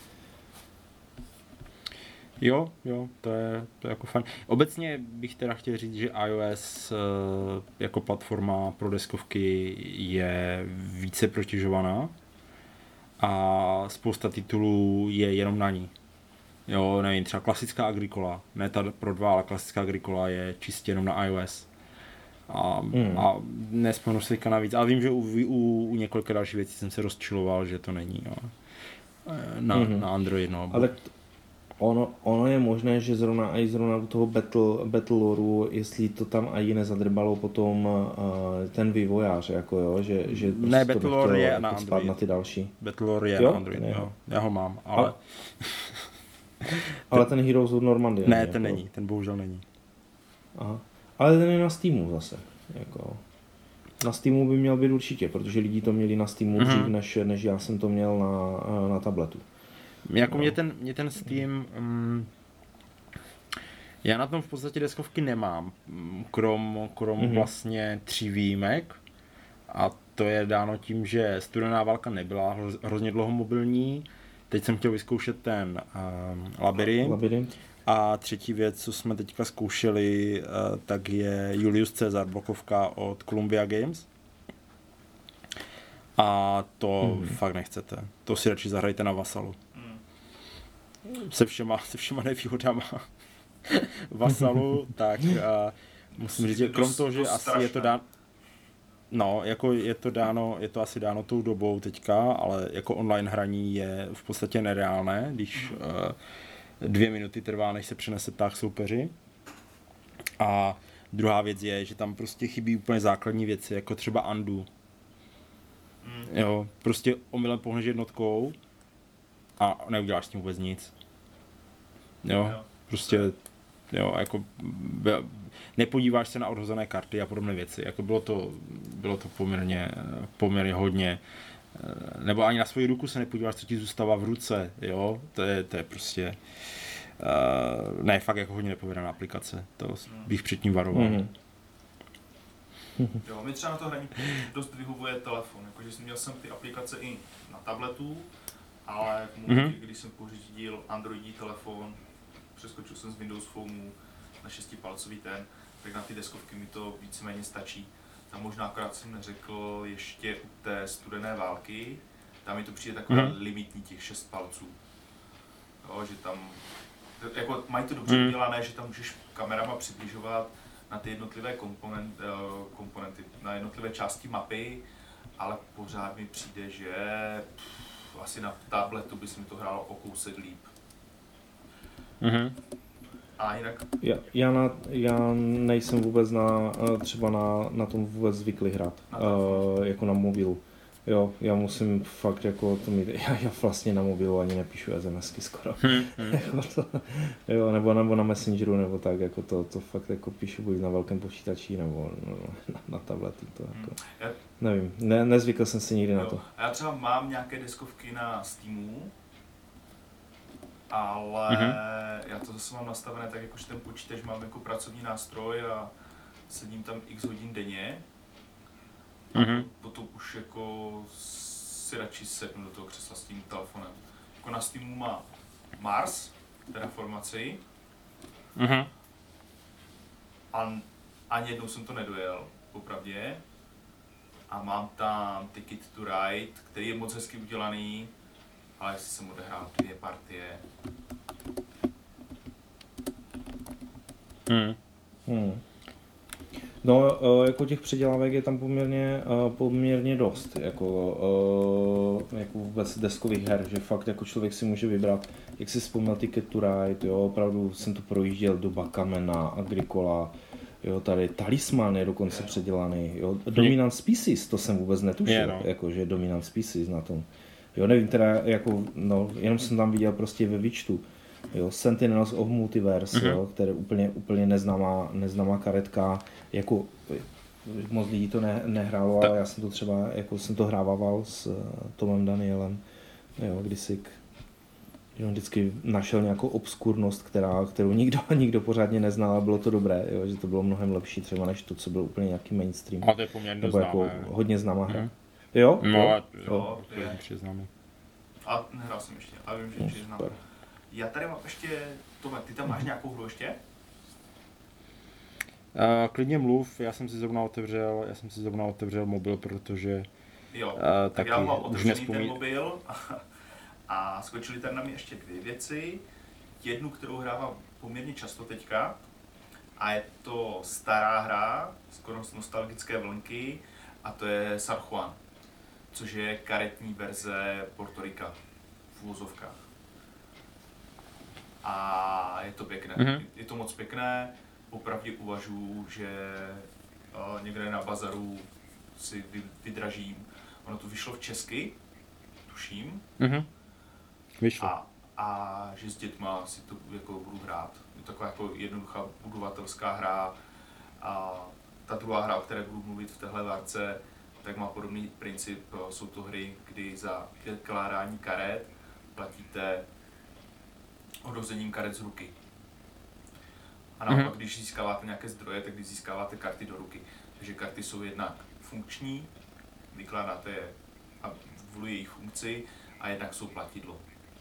Jo, jo, to je, to je jako fajn. Obecně bych teda chtěl říct, že iOS eh, jako platforma pro deskovky je více protěžovaná a spousta titulů je jenom na ní. Jo, nevím, třeba klasická Agricola, ne ta pro dva, ale klasická Agricola je čistě jenom na iOS. A, Hmm. a nespomenu se teďka navíc, ale vím, že u, u, u několika dalších věcí jsem se rozčiloval, že to není, jo. Na, Mhm. na Android, no. Ale ono, ono je možné, že zrovna i zrovna u toho Battle, Battleloreu, jestli to tam ani nezadrbalo potom uh, ten vývojář, jako jo, že, že prostě Ne, to Battlelore nechtělo je na jako cpat Android. na ty další. Battlelore je Jo? na Android, Ne. jo. Já ho mám, ale... Ale ten Heroes of Normandy Ne, není, ten jako. není, ten bohužel není. Aha. Ale ten je na Steamu zase, jako. Na Steamu by měl být určitě, protože lidi to měli na Steamu mm-hmm. dřív, než, než já jsem to měl na, na tabletu. Jako no. mě, ten, mě ten Steam... Um, já na tom v podstatě deskovky nemám, krom, krom mm-hmm. vlastně tří výjimek. A to je dáno tím, že studená válka nebyla hrozně dlouho mobilní. Teď jsem chtěl vyzkoušet ten um, labirint. labirint. A třetí věc, co jsme teďka zkoušeli, uh, tak je Julius Caesar, blokovka od Columbia Games. A to mm. fakt nechcete. To si radši zahrajte na Vasalu. Mm. Se všema, se všema nevýhodama Vasalu, tak uh, musím říct, že krom toho, že asi je to dáno... No, jako je to dáno, je to asi dáno tou dobou teďka, ale jako online hraní je v podstatě nereálné, když uh, dvě minuty trvá, než se přenese tah soupeři. A druhá věc je, že tam prostě chybí úplně základní věci, jako třeba undo. Mm. Jo, prostě omylem pohneš jednotkou a neuděláš s tím vůbec nic. Jo, jo. prostě, jo, jako nepodíváš se na odhozené karty a podobné věci. Jako bylo to, bylo to poměrně, poměrně hodně. Nebo ani na svoji ruku se nepodíváš, co ti zůstává v ruce, jo, to je, to je prostě, uh, ne, fakt jako hodně nepovedená aplikace, to bych předtím varoval. Mm-hmm. Jo, mi třeba na to hraní dost vyhovuje telefon, jakože jsem měl jsem ty aplikace i na tabletu, ale v momentě, mm-hmm. když jsem pořídil Androidí telefon, přeskočil jsem z Windows Phoneu na šestipalcový ten, tak na ty deskovky mi to víceméně stačí. Tam možná akorát jsem neřekl ještě u té studené války, tam mi to přijde takové mm. limitní těch šest palců. Jo, že tam, jako mají to dobře mm. udělané, že tam můžeš kamerama přibližovat na ty jednotlivé komponent, komponenty, na jednotlivé části mapy, ale pořád mi přijde, že pff, asi na tabletu by se mi to hrálo o kousek líp. Mm-hmm. A jinak? Já, já, na, já nejsem vůbec na, třeba na, na tom vůbec zvyklý hrát, uh, jako na mobilu. Jo, já musím fakt jako to mít, já, já vlastně na mobilu ani nepíšu SMSky skoro. Hmm, hmm. jako to, jo, nebo, nebo na Messengeru, nebo tak, jako to, to fakt jako píšu buď na velkém počítači, nebo no, na, na tabletu, to jako, hmm. já, nevím, ne, nezvykl jsem si nikdy jo. na to. A já třeba mám nějaké deskovky na Steamu, ale mm-hmm. já to zase mám nastavené tak, jako, že ten počítač mám jako pracovní nástroj a sedím tam x hodin denně. A mm-hmm. potom už jako si radši sednu do toho křesla s tím telefonem. Jako na Steamu má Mars, terraformaci. Mm-hmm. A ani jednou jsem to nedojel, popravdě. A mám tam Ticket to Ride, který je moc hezky udělaný, ale jestli jsem odehrál dvě partie. Hmm. Hmm. No, jako těch předělávek je tam poměrně, poměrně dost, jako, jako vůbec deskových her, že fakt jako člověk si může vybrat, jak si vzpomněl Ticket to Ride, jo, opravdu jsem to projížděl, Doba kamena, Agricola, jo, tady Talisman je dokonce yeah. předělaný, jo, Dominant Species, to jsem vůbec netušil, yeah, no. jako, že Dominant Species na tom. Jo, nevím, teda jako, no, jenom jsem tam viděl prostě ve výčtu, jo, Sentinels of Multiverse, mm-hmm. jo, které úplně, úplně neznámá, neznámá karetka, jako moc lidí to ne, nehrálo, ale já jsem to třeba, jako jsem to hrával s uh, Tomem Danielem, jo, kdysi, že on vždycky našel nějakou obskurnost, která, kterou nikdo, nikdo pořádně neznal a bylo to dobré, jo, že to bylo mnohem lepší třeba než to, co bylo úplně nějaký mainstream. A to je poměrně nebo jako známé. Hodně známá hra. Mm. Jo? No, jo, jo, to je přiznáme. A nehrál jsem ještě, ale vím, že no, přiznám. Já tady mám ještě, Tome, ty tam máš nějakou hru ještě? Uh, klidně mluv, já jsem si zrovna otevřel, já jsem si zrovna otevřel mobil, protože jo, uh, tak taky já mám otevřený nespomí... ten mobil a, a skočily tady na mě ještě dvě věci. Jednu, kterou hrávám poměrně často teďka a je to stará hra, skoro z nostalgické vlnky a to je San Juan, což je karetní verze Puerto Rica v úvozovkách. A je to pěkné, mm-hmm. je to moc pěkné, popravdě uvažuji, že uh, někde na bazaru si vy, vydražím. Ono to vyšlo v česky, tuším. Mm-hmm. Vyšlo. A, a že s dětma si to jako budu hrát. Je to taková jako jednoduchá budovatelská hra a ta druhá hra, o které budu mluvit v téhle várce, tak má podobný princip. Jsou to hry, kdy za vykládání karet platíte odhozením karet z ruky. A naopak, mm-hmm. když získáváte nějaké zdroje, tak když získáváte karty do ruky. Takže karty jsou jednak funkční, vykládáte je a kvůli jejich funkci, a jednak jsou platidlo.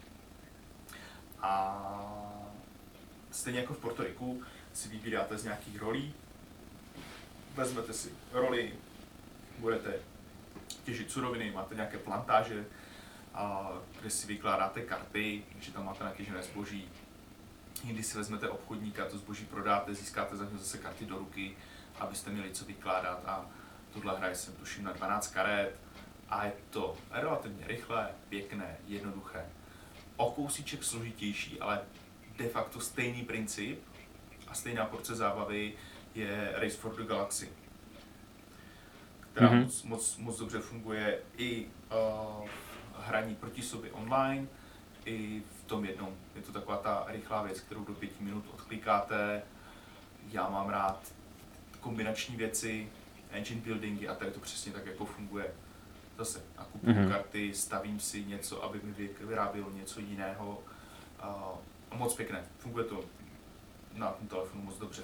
A stejně jako v Porto Riku si vybíráte z nějakých rolí, vezmete si roli, budete těžit suroviny, máte nějaké plantáže, a kde si vykládáte karty, že tam máte natěžené zboží. Když si vezmete obchodníka, to zboží prodáte, získáte za něj zase karty do ruky, abyste měli co vykládat. A tohle hraje jsem tuším na dvanáct karet a je to relativně rychlé, pěkné, jednoduché. O kousíček složitější, ale de facto stejný princip a stejná porce zábavy je Race for the Galaxy, která mm-hmm. moc, moc, moc dobře funguje i uh, hraní proti sobě online, i v tom jednom. Je to taková ta rychlá věc, kterou do pěti minut odklikáte. Já mám rád kombinační věci, engine buildingy a tady to přesně tak jako funguje. Zase nakupuju mm-hmm. karty, stavím si něco, aby mi vyrábělo něco jiného. A moc pěkné. Funguje to na tom telefonu moc dobře.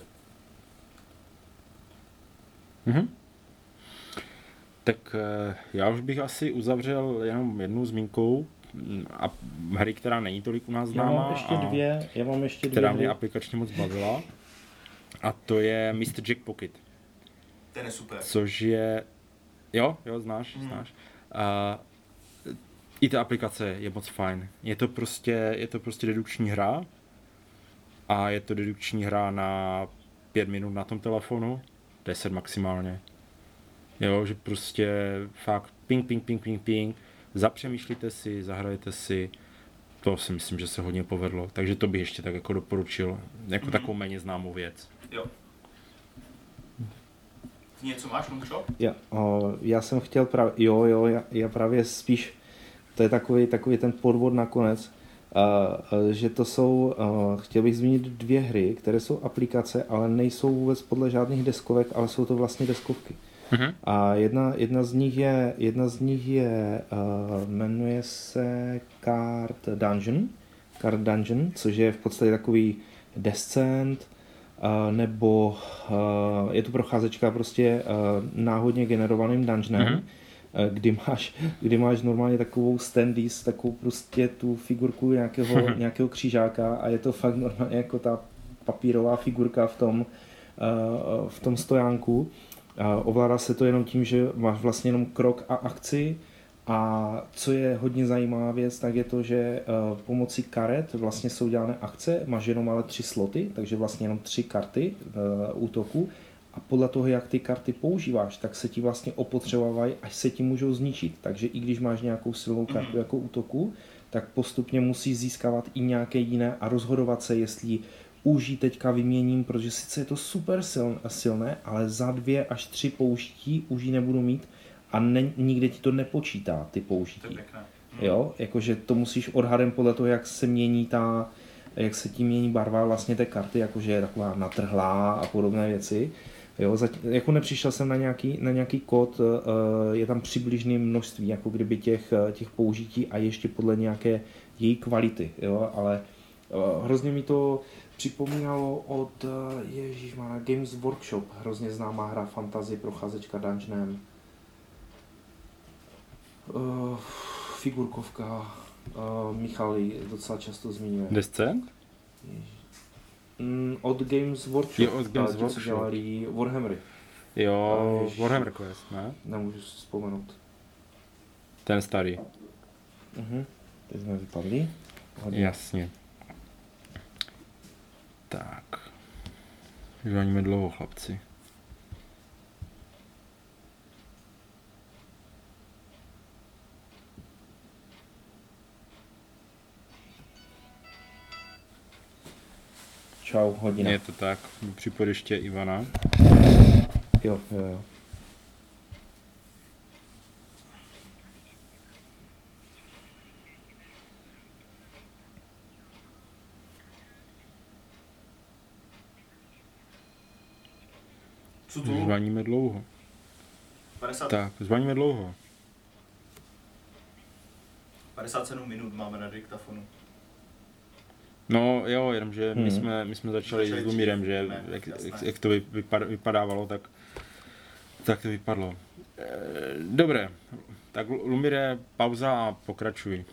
Mm-hmm. Tak já už bych asi uzavřel jenom jednou zmínkou a hry, která není tolik u nás známá. Já mám ještě dvě, já mám ještě dvě která hry. mě aplikačně moc bavila. A to je mister Jack Pocket. Ten je super. Což je... Jo, jo, znáš, mm. znáš. A i ta aplikace je moc fajn. Je to prostě, je to prostě dedukční hra. A je to dedukční hra na pět minut na tom telefonu. deset maximálně. Jo, že prostě fakt ping, ping, ping, ping, ping. Zapřemýšlíte si, zahrajete si. To si myslím, že se hodně povedlo. Takže to bych ještě tak jako doporučil. Jako mm-hmm. takovou méně známou věc. Jo. Ty něco máš, Lumčo? Já, o, já jsem chtěl právě, jo, jo, já, já právě spíš, to je takový, takový ten podvod nakonec, uh, že to jsou, uh, chtěl bych zmínit dvě hry, které jsou aplikace, ale nejsou vůbec podle žádných deskovek, ale jsou to vlastně deskovky. Mm-hmm. A jedna, jedna z nich je, jedna z nich je, uh, jmenuje se Card Dungeon, Card Dungeon, což je v podstatě takový Descent, uh, nebo uh, je to procházečka prostě uh, náhodně generovaným dungeonem, mm-hmm. uh, kdy máš, kdy máš normálně takovou standees, takovou prostě tu figurku nějakého, mm-hmm. nějakého křížáka a je to fakt normálně jako ta papírová figurka v tom, uh, v tom stojánku. Ovládá se to jenom tím, že máš vlastně jenom krok a akci a co je hodně zajímavá věc, tak je to, že pomocí karet vlastně jsou dělané akce, máš jenom ale tři sloty, takže vlastně jenom tři karty útoku a podle toho, jak ty karty používáš, tak se ti vlastně opotřebovají, až se ti můžou zničit. Takže i když máš nějakou silnou kartu jako útoku, tak postupně musíš získávat i nějaké jiné a rozhodovat se, jestli uží teďka vyměním, protože sice je to super silné, ale za dvě až tři použití už ji nebudu mít a ne, nikde ti to nepočítá, ty použití. Jo, jakože to musíš odhadem podle toho, jak se mění ta, jak se tím mění barva vlastně té karty, jakože je taková natrhlá a podobné věci. Jo, zatím, jako nepřišel jsem na nějaký, na nějaký kód, je tam přibližné množství, jako kdyby těch, těch použití a ještě podle nějaké její kvality, jo, ale hrozně mi to připomínalo od ježišmarja, Games Workshop, hrozně známá hra fantasy, procházečka dungeonem. Uh, figurkovka, uh, Michal ji docela často zmiňuje. Descent? Mm, od Games Workshop. Je od Games uh, Workshop. Dělali Warhammery. Jo, uh, Warhammer Quest, ne? Nemůžu si vzpomenout. Ten starý. Uh-huh. Teď jsme vypadli. Hodně. Jasně. Tak. Žáníme dlouho, chlapci. Čau, hodina. Je to tak. Připojď ještě Ivana. Jo, jo, jo. Co tu? Zvaníme dlouho. padesát, Tak, zvaníme dlouho. padesát sedm minut máme na diktafonu. No jo, jenomže my Mhm. jsme, my jsme začali, Začali s Lumírem, že ne, jak, jasné. jak, jak to vy- vypad, vypadávalo, tak, tak to vypadlo. E, dobré, tak Lumíre, pauza a pokračuj.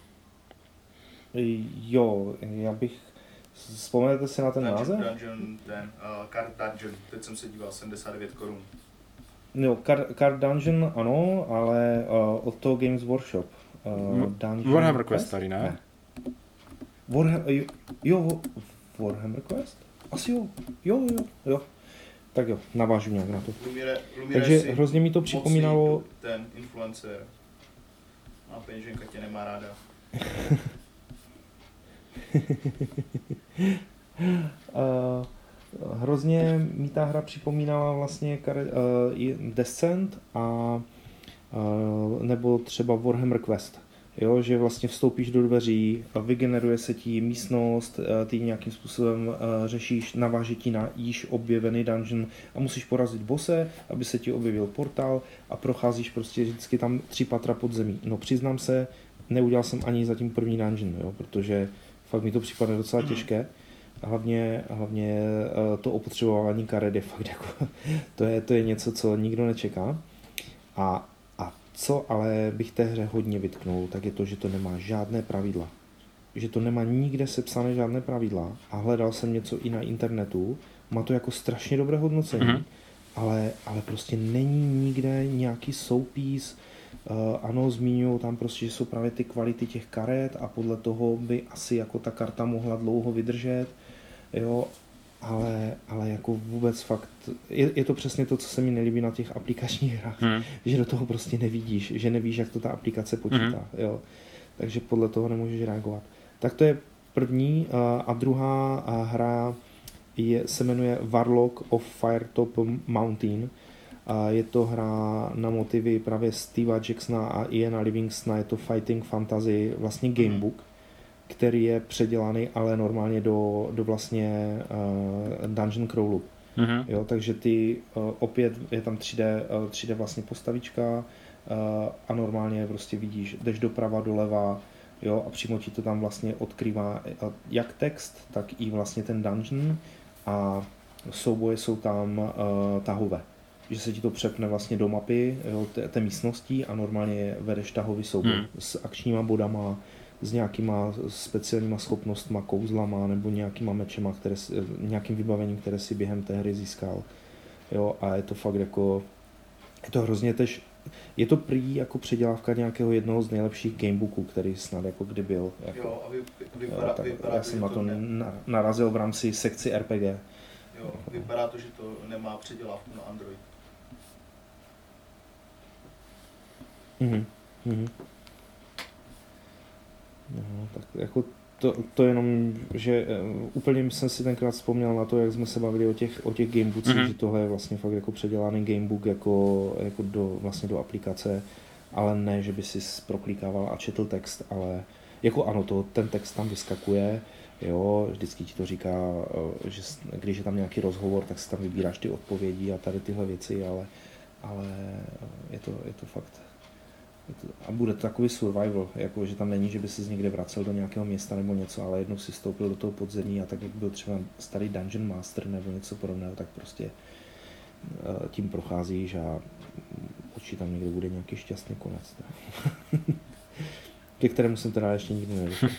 Jo, já bych... Vzpomenete si na ten Dungeon, název? Dungeon, ten, uh, Card Dungeon, teď jsem se díval, sedmdesát devět korun. Jo, Card, Card Dungeon ano, ale uh, od toho Games Workshop. Uh, V- Dungeon Warhammer Quest tady, ne? ne. Warha- jo, jo, Warhammer Quest? Asi jo, jo, jo, jo. Tak jo, navážu nějak na to. Lumire, Lumire Takže si hrozně mi to připomínalo... mocný ten influencer. A peněženka tě nemá ráda. Uh, hrozně mi ta hra připomínala vlastně kare, uh, i Descent a uh, nebo třeba Warhammer Quest. Jo, že vlastně vstoupíš do dveří, vygeneruje se ti místnost, uh, ty nějakým způsobem uh, řešíš, naváže ti na již objevený dungeon a musíš porazit bose, aby se ti objevil portál a procházíš prostě vždycky tam tři patra pod zemí. No přiznám se, neudělal jsem ani zatím první dungeon, jo, protože fakt mi to připadne docela těžké. Hlavně, hlavně to opotřebování karet je fakt jako, to je, to je něco, co nikdo nečeká. A, a co ale bych té hře hodně vytknul, tak je to, že to nemá žádné pravidla. Že to nemá nikde sepsané žádné pravidla a hledal jsem něco i na internetu, má to jako strašně dobré hodnocení, mm-hmm. ale, ale prostě není nikde nějaký soupis. Uh, ano, zmiňují tam prostě, že jsou právě ty kvality těch karet a podle toho by asi jako ta karta mohla dlouho vydržet, jo, ale, ale jako vůbec fakt, je, je to přesně to, co se mi nelíbí na těch aplikačních hrách, Hmm. že do toho prostě nevidíš, že nevíš, jak to ta aplikace počítá, Hmm. jo, takže podle toho nemůžeš reagovat. Tak to je první uh, a druhá uh, hra je, se jmenuje Warlock of Firetop Mountain. A je to hra na motivy právě Steva Jacksona a Iana Livingstona, je to fighting fantasy, vlastně gamebook, který je předělaný, ale normálně do, do vlastně uh, dungeon crawlu. Mm-hmm. Jo, takže ty uh, opět je tam tři dé, uh, tři dé vlastně postavička uh, a normálně prostě vidíš, jdeš doprava, doleva, jo, a přímo ti to tam vlastně odkrývá uh, jak text, tak i vlastně ten dungeon a souboje jsou tam uh, tahové. Že se ti to přepne vlastně do mapy, jo, té, té místnosti a normálně vedeš tahový souboj hmm. s akčníma bodama, s nějakýma speciálníma schopnostma, kouzlama nebo nějakýma mečema, které, nějakým vybavením, které si během té hry získal. Jo, a je to fakt jako, je to hrozně tež, je to prý jako předělávka nějakého jednoho z nejlepších gamebooků, který snad jako kdy byl. Jako, Jo, a vy, vypadá, jo, tak vypadá já to, jsem že na to ne, na, narazil v rámci sekci R P G. jo, vypadá to, že to nemá předělávku na Android. Mhm. Mhm. No, tak jako to, to jenom, že uh, úplně jsem si tenkrát vzpomněl na to, jak jsme se bavili o těch, o těch gamebookcích, Mhm. že tohle je vlastně fakt jako předělaný gamebook jako, jako do, vlastně do aplikace, ale ne, že by si proklikával a četl text, ale jako ano, to, ten text tam vyskakuje, jo, vždycky ti to říká, uh, že s- když je tam nějaký rozhovor, tak si tam vybíráš ty odpovědi a tady tyhle věci, ale, ale uh, je to, je to fakt. A bude to takový survival, jako že tam není, že by se z někde vracel do nějakého města nebo něco, ale jednou si stoupil do toho podzemí a tak, jak byl třeba starý Dungeon Master nebo něco podobného, tak prostě uh, tím procházíš a určitě tam někde bude nějaký šťastný konec. Ke kterému jsem teda ještě nikdy nedošel.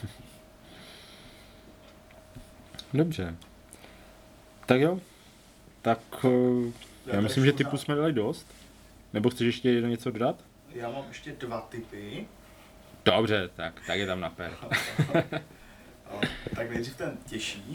Dobře. Tak jo. Tak uh, já Já myslím, tady že typu jsme dali dost. Nebo chceš ještě jedno něco dodat? Já mám ještě dva typy. Dobře, tak, tak je tam na pér. Tak nejdřív ten těžší.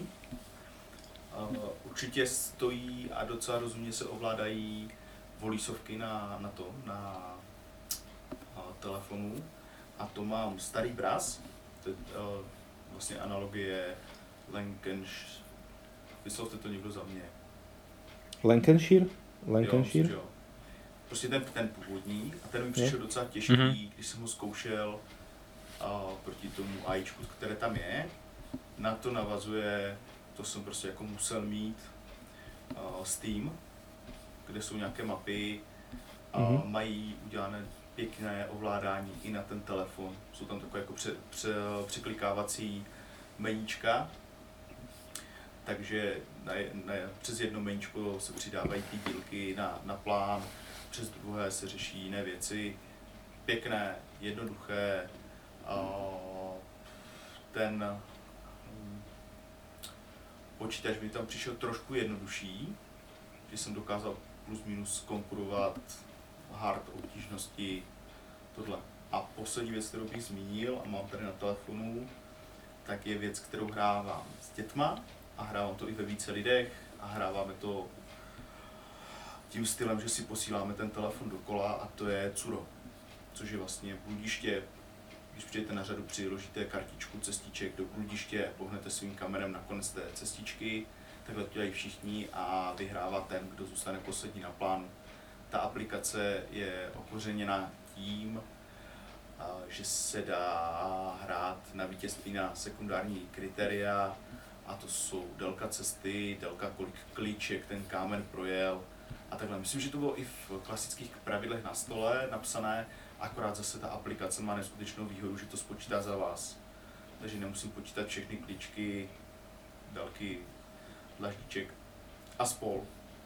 Určitě stojí a docela rozumně se ovládají volísovky na, na to, na telefonu. A to mám starý Brass, to je vlastně analogie Lancashire. Vyslovte to někdo za mě. Lancashire? Jo, Lancashire? myslím, že jo. Prostě ten, ten původní a ten mi přišel docela těžký, Mhm. když jsem ho zkoušel a proti tomu AIčku, které tam je. Na to navazuje, to jsem prostě jako musel mít uh, Steam, kde jsou nějaké mapy a Mhm. mají udělané pěkné ovládání i na ten telefon. Jsou tam takové jako pře, pře, překlikávací meníčka, takže na, na, přes jedno meníčko se přidávají ty dílky na, na plán, přes druhé se řeší jiné věci. Pěkné, jednoduché, a ten hm, počítač mi tam přišel trošku jednodušší, že jsem dokázal plus minus konkurovat hard obtížnosti tohle. A poslední věc, kterou bych zmínil a mám tady na telefonu, tak je věc, kterou hrávám s dětma a hrávám to i ve více lidech a hráváme to tím stylem, že si posíláme ten telefon dokola a to je Curo, což je vlastně bludiště. Když přijdete na řadu, přiložíte kartičku cestiček do bludiště, pohnete svým kamerem na konec té cestičky, takhle to dělají všichni a vyhrává ten, kdo zůstane poslední na plánu. Ta aplikace je okořeněna tím, že se dá hrát na vítězství na sekundární kritéria, a to jsou délka cesty, délka kolik klíček ten kámen projel a takhle. Myslím, že to bylo i v klasických pravidlech na stole napsané, akorát zase ta aplikace má neskutečnou výhodu, že to spočítá za vás. Takže nemusím počítat všechny klíčky, délky dlaždíček a spol.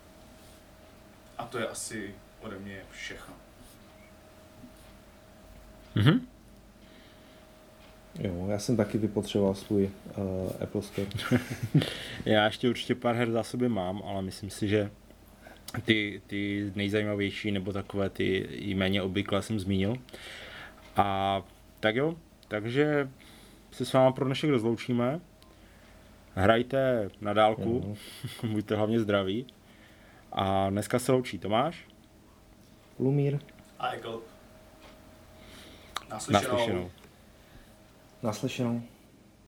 A to je asi ode mě všechno. Mhm. Jo, já jsem taky vypotřeboval svůj uh, Apple Store. Já ještě určitě pár her za sobě mám, ale myslím si, že ty, ty nejzajímavější nebo takové ty i méně obvyklé jsem zmínil. A tak jo, takže se s váma pro dnešek rozloučíme. Hrajte na dálku, jo. Buďte hlavně zdraví. A dneska se loučí Tomáš. Lumír. A Ekl. Naslyšenou. Naslyšenou. Naslyšenou.